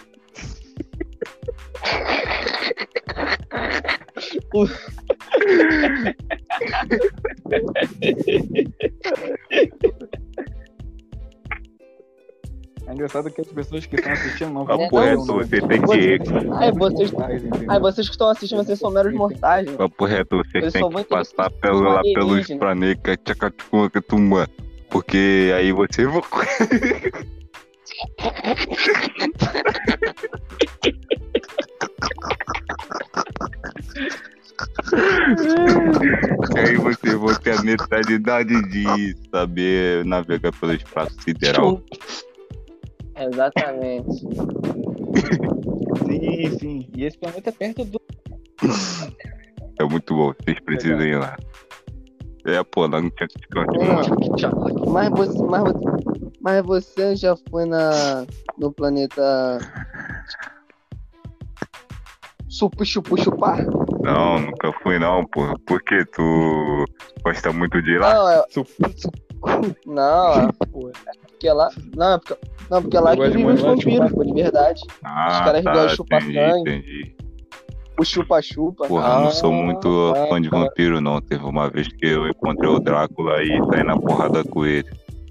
É engraçado que as pessoas que estão assistindo não vão Papo não, reto, você tem que. Ai, vocês, ai, vocês que estão assistindo, vocês são meros mortais. né? Papo reto, você Eles tem só que vão passar ter pelo, lá pelos alienígena. planetas Tchacachunga. Porque aí você. Aí você vai ter a mentalidade de saber navegar pelo espaço sideral. Exatamente. Sim, sim. E esse planeta é perto do. É muito bom, vocês precisam ir lá. É, pô, lá no Tchacachunga. Mas você, mas, você, mas você já foi na, no planeta Supu Chupu Chupar? Não, nunca fui não, pô. Por que tu gosta muito de ir lá? Não, é, Supu, não, é Pô, porque lá, não, é porque, não, porque lá Eu que gosto de vivem os muito vampiros, pô, de verdade. Ah, caras tá, gostam de chupar entendi, sangue. entendi. O chupa-chupa. Porra, eu não sou Ah, muito tá, fã de tá. vampiro, não. Teve uma vez que eu encontrei o Drácula e saí na porrada com ele.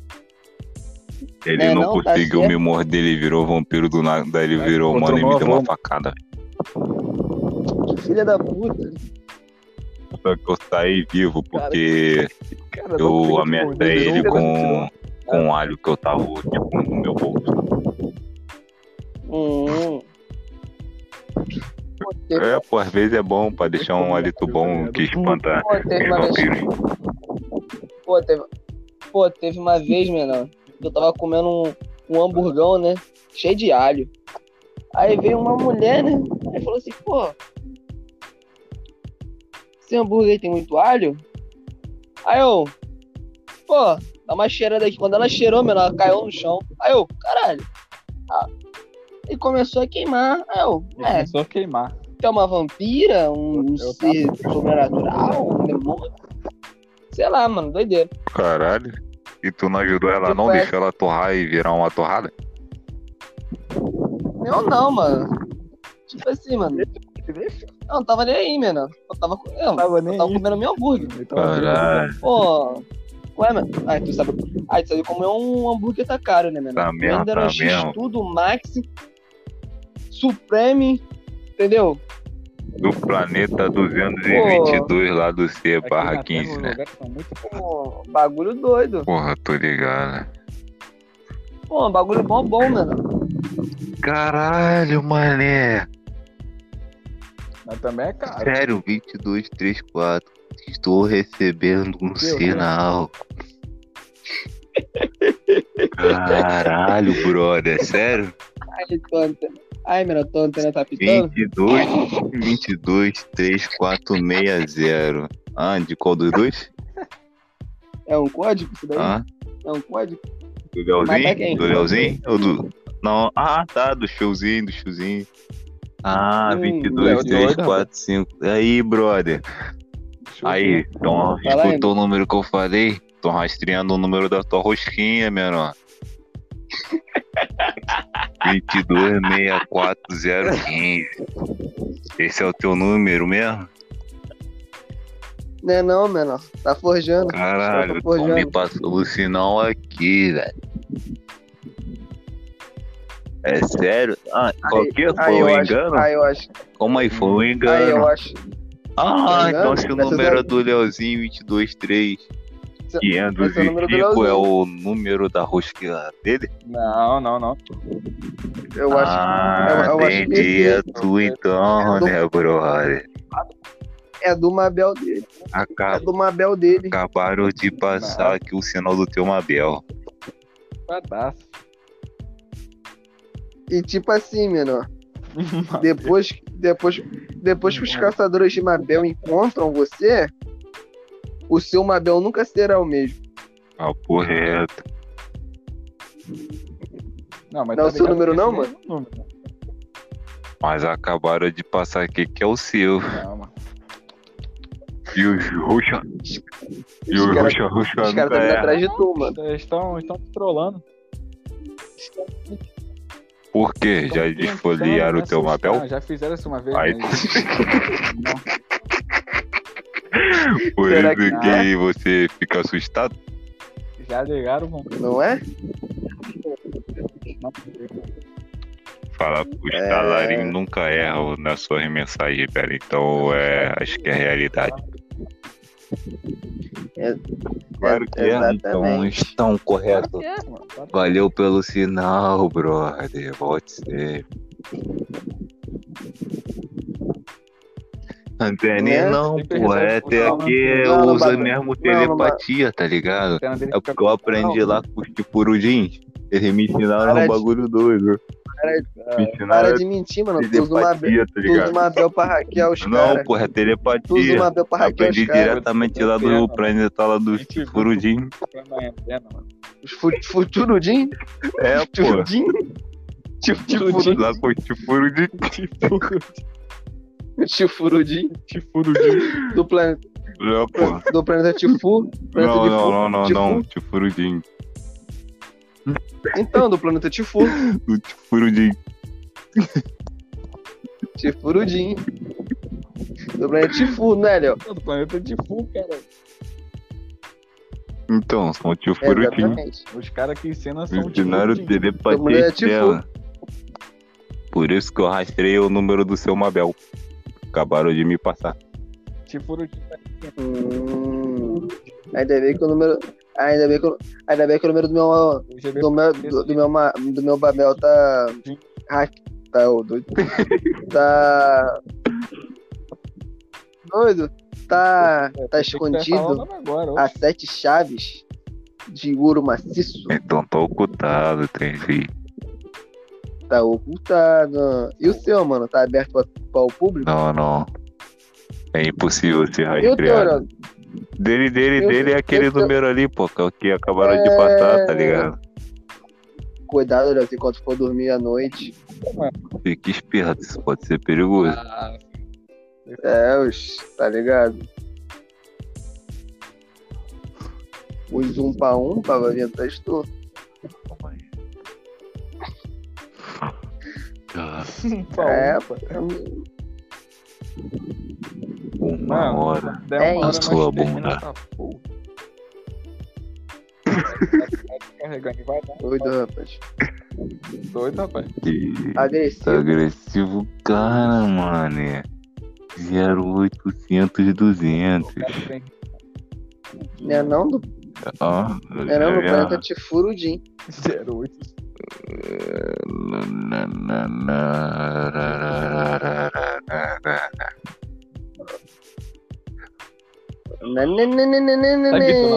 Ele É, não, não, tá conseguiu certo. me morder, ele virou vampiro do nada, daí ele É, virou outro humano e me deu uma novo. facada. Que filha da puta. Só que eu saí vivo porque cara, não eu consigo ameaçei responder, ele virou, com, virou. com um alho que eu tava tipo, no meu bolso. Hum. Pô, teve, É, pô, às vezes é bom pra deixar um hálito bom que espanta pô, teve os uma vez. vampiros. Pô, teve, pô, teve uma vez, menor, que eu tava comendo um, um hamburgão, né? Cheio de alho. Aí veio uma mulher, né? Aí falou assim, pô, esse hambúrguer aí tem muito alho? Aí eu, pô, dá uma cheirada aqui. Quando ela cheirou, mano, ela caiu no chão. Aí eu, caralho. Ah, e começou a queimar. Aí eu, é, Começou a queimar. que é uma vampira, um, um Eu ser sobrenatural, um demônio. Sei lá, mano, doideira. Caralho. E tu não ajudou ela Tipo, não? é- Deixou ela torrar e virar uma torrada? Eu não, mano. Tipo assim, mano. Eu não tava nem aí, mano. Eu tava, eu, Tava eu nem tava aí. comendo meu hambúrguer. Então, Caralho. Pô, ué, mano. Ai, tu sabe. Ai, tu sabe como é um hambúrguer tá caro, né, mano? Tá Tu mesmo, ainda era tá X mesmo. tudo, Max, Supreme, entendeu? Do planeta duzentos e vinte e dois lá do C aqui barra na Terra, quinze, os né? lugares são muito Pô, bagulho doido. Porra, tô ligado. Pô, bagulho bom, bom, mano. Caralho, mané. Mas também é caro. Sério, vinte e dois, trinta e quatro. Estou recebendo um Deus, sinal. Caralho, brother, sério? Ai, tonta. Ai, mano, tua antena tá pitando? vinte e dois, vinte e dois, três quatro seis zero. Ah, de qual dos dois? É um código isso daí? Ah, É um código? do Mas é quem? Leozinho? Do Leozinho? Ou do... Não, ah, tá, do showzinho, do showzinho. Ah, Hum, vinte e Léo dois, três doido, quatro cinco. E aí, brother? Deixa eu Aí, ver. então, Fala aí, escutou o número que eu falei? Tô rastreando o número da tua rosquinha, menor. vinte e dois, seis quatro zero um cinco. Esse é o teu número mesmo? Não é não, menor. Tá forjando. Caralho, Tá tu me forjando. passou o sinal aqui, velho. É sério? Ah, qual que Aí foi eu o acho. engano? Aí eu acho. Como aí foi o Aí eu engano? acho. Ah, engano? então se o Essa número é daí- do Leozinho vinte e dois, três, Esse- quinhentos esse é o e número do cinco é Leozinho. o número da rosquinha dele? Não, não, não. Eu acho. Ah, eu- eu acho que entendi esse- a tua então, do- né, brother? É do Mabel dele. É Acab- do Mabel dele. Acabaram de passar Não. aqui o sinal do teu Mabel. Pedaço. E tipo assim, menor. Depois, depois, depois que os caçadores de Mabel encontram você, o seu Mabel nunca será o mesmo. Ah, porra, é. Não, mas Não é tá o seu ligado número que não, esse mano? é o número. Mas acabaram de passar aqui que é o seu. Não, mano. E os roxa. E os Os caras roxa, roxa os caras nunca estão indo é. atrás de tu, mano. Eles estão estão te trolando. Por quê? Tão Já tentando desfolhearam me o teu assustar. Mabel? Já fizeram isso uma vez, Aí- mas... Não. Por Será isso que- que você fica assustado? Já ligaram, mano. Não é? Não. Fala, os É. talarinhos nunca erram nas suas mensagens, velho. Então, é, acho que é realidade. É, Claro que é, então exatamente. estão correto. Claro que é, mano. Claro que Valeu pelo sinal, brother. Volte sempre. Anteninha Né? não, Sempre pô. É resolve até funcionar. aqui Não, não, usa mas- mesmo não, telepatia, tá ligado? a antena dele É fica- porque eu aprendi lá com os tipurudins. Eles me ensinaram Para um de- bagulho doido. Para, Me para ensinaram de mentir, mano. Tu usa uma telepatia, tá Tu usa ligado? uma Mabel pra hackear os Não, caras. porra, é Tu usa telepatia. uma Mabel pra hackear Aprendi os caras. diretamente lá do planeta lá do Gente, Tipurudin. fica na antena, mano. Os fu- futurudim? É, pô. Futurudim? Tifurudim? Lá com o Tipurudin. Tifurudim? Tifurudim. Do planeta, Não, pô. do planeta Tifu? Planeta Não, de não, Fu- não, não, Tifu? não. Tipurudin. Então, do planeta Tifu. Do Tipurudin. Tifurudim. Do planeta Tifu, né, Léo? Do planeta Tifu, cara. Então, são Tipurudin. Exatamente. Os caras que ensinam são Ensinaram Tifurudim. Todo mundo telepatia é Tifu. dela. Por isso que eu rastrei o número do seu Mabel. Acabaram de me passar. Tifurudim. Hum, ainda bem que o número. Ainda bem que, o- ainda bem que o número do meu. O G B Do meu, do, do meu, ma- do meu Babel tá. hack- Tá, ô, doido. Tá. Doido. Tá. É, Tá pensei que tu ia falar o escondido nome agora, a oxe. sete chaves de ouro maciço. Então tá ocultado, tem jeito. Tá ocultado. E o seu, mano? Tá aberto pra, para o público? Não, não. É impossível ser E o teu, rastreado. Horácio? Dele, dele, Eu- dele é aquele eu- número ali, pô, que é o que acabaram de É. passar, tá ligado? Cuidado, Horácio, enquanto for dormir à noite. Fique esperto, isso pode ser perigoso. Ah, É, os, tá ligado? Os um pra um, pra vir atrás de tudo. Ah, pô, É, pô. Uma Mano, hora. der É uma hora isso. Sua nós termina bunda. essa porra. Vai carregando e vai dar. Doido, rapaz. Doido, rapaz. Que Agressivo. tá agressivo, cara, mano. zero oitocentos duzentos. O cara tem Não é não, do, Ó, não é não, no é, planeta Tifurudim. zero oito. Tá gritando a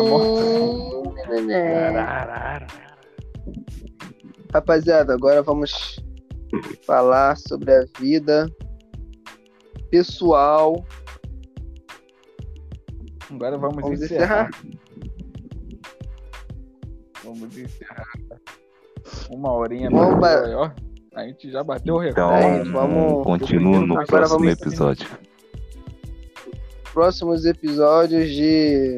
Rapaziada, agora vamos falar sobre a vida pessoal. Agora vamos, Vamos encerrar. encerrar? Vamos encerrar. Uma horinha Vamos pra- ba- ó, a gente já bateu o Então, recorde. É isso, vamos- continua no Agora próximo vamos- episódio. Próximos episódios de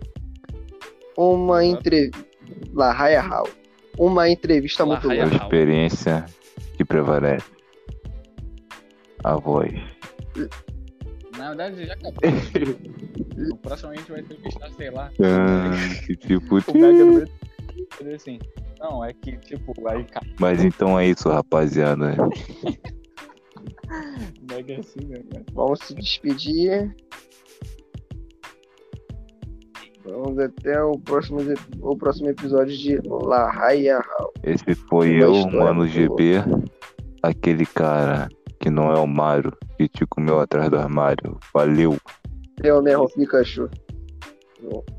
uma entrevista. La Raya Hall. Uma entrevista La muito Raya A louca. Hall. experiência que prevalece. A voz. Na verdade, já acabou. O próximo a gente vai entrevistar, sei lá. Ah, que tipo. O Mega no meio. Ele assim. Não, é que, tipo, aí cara, Mas então é isso, rapaziada. o Mega é assim, né? cara? Vamos se despedir. Vamos até o próximo, o próximo episódio de La Raya Hall. Esse foi Uma eu, história mano muito G B. Aquele cara que não é o Mario, que te comeu atrás do armário. Valeu. Eu mesmo, Pikachu.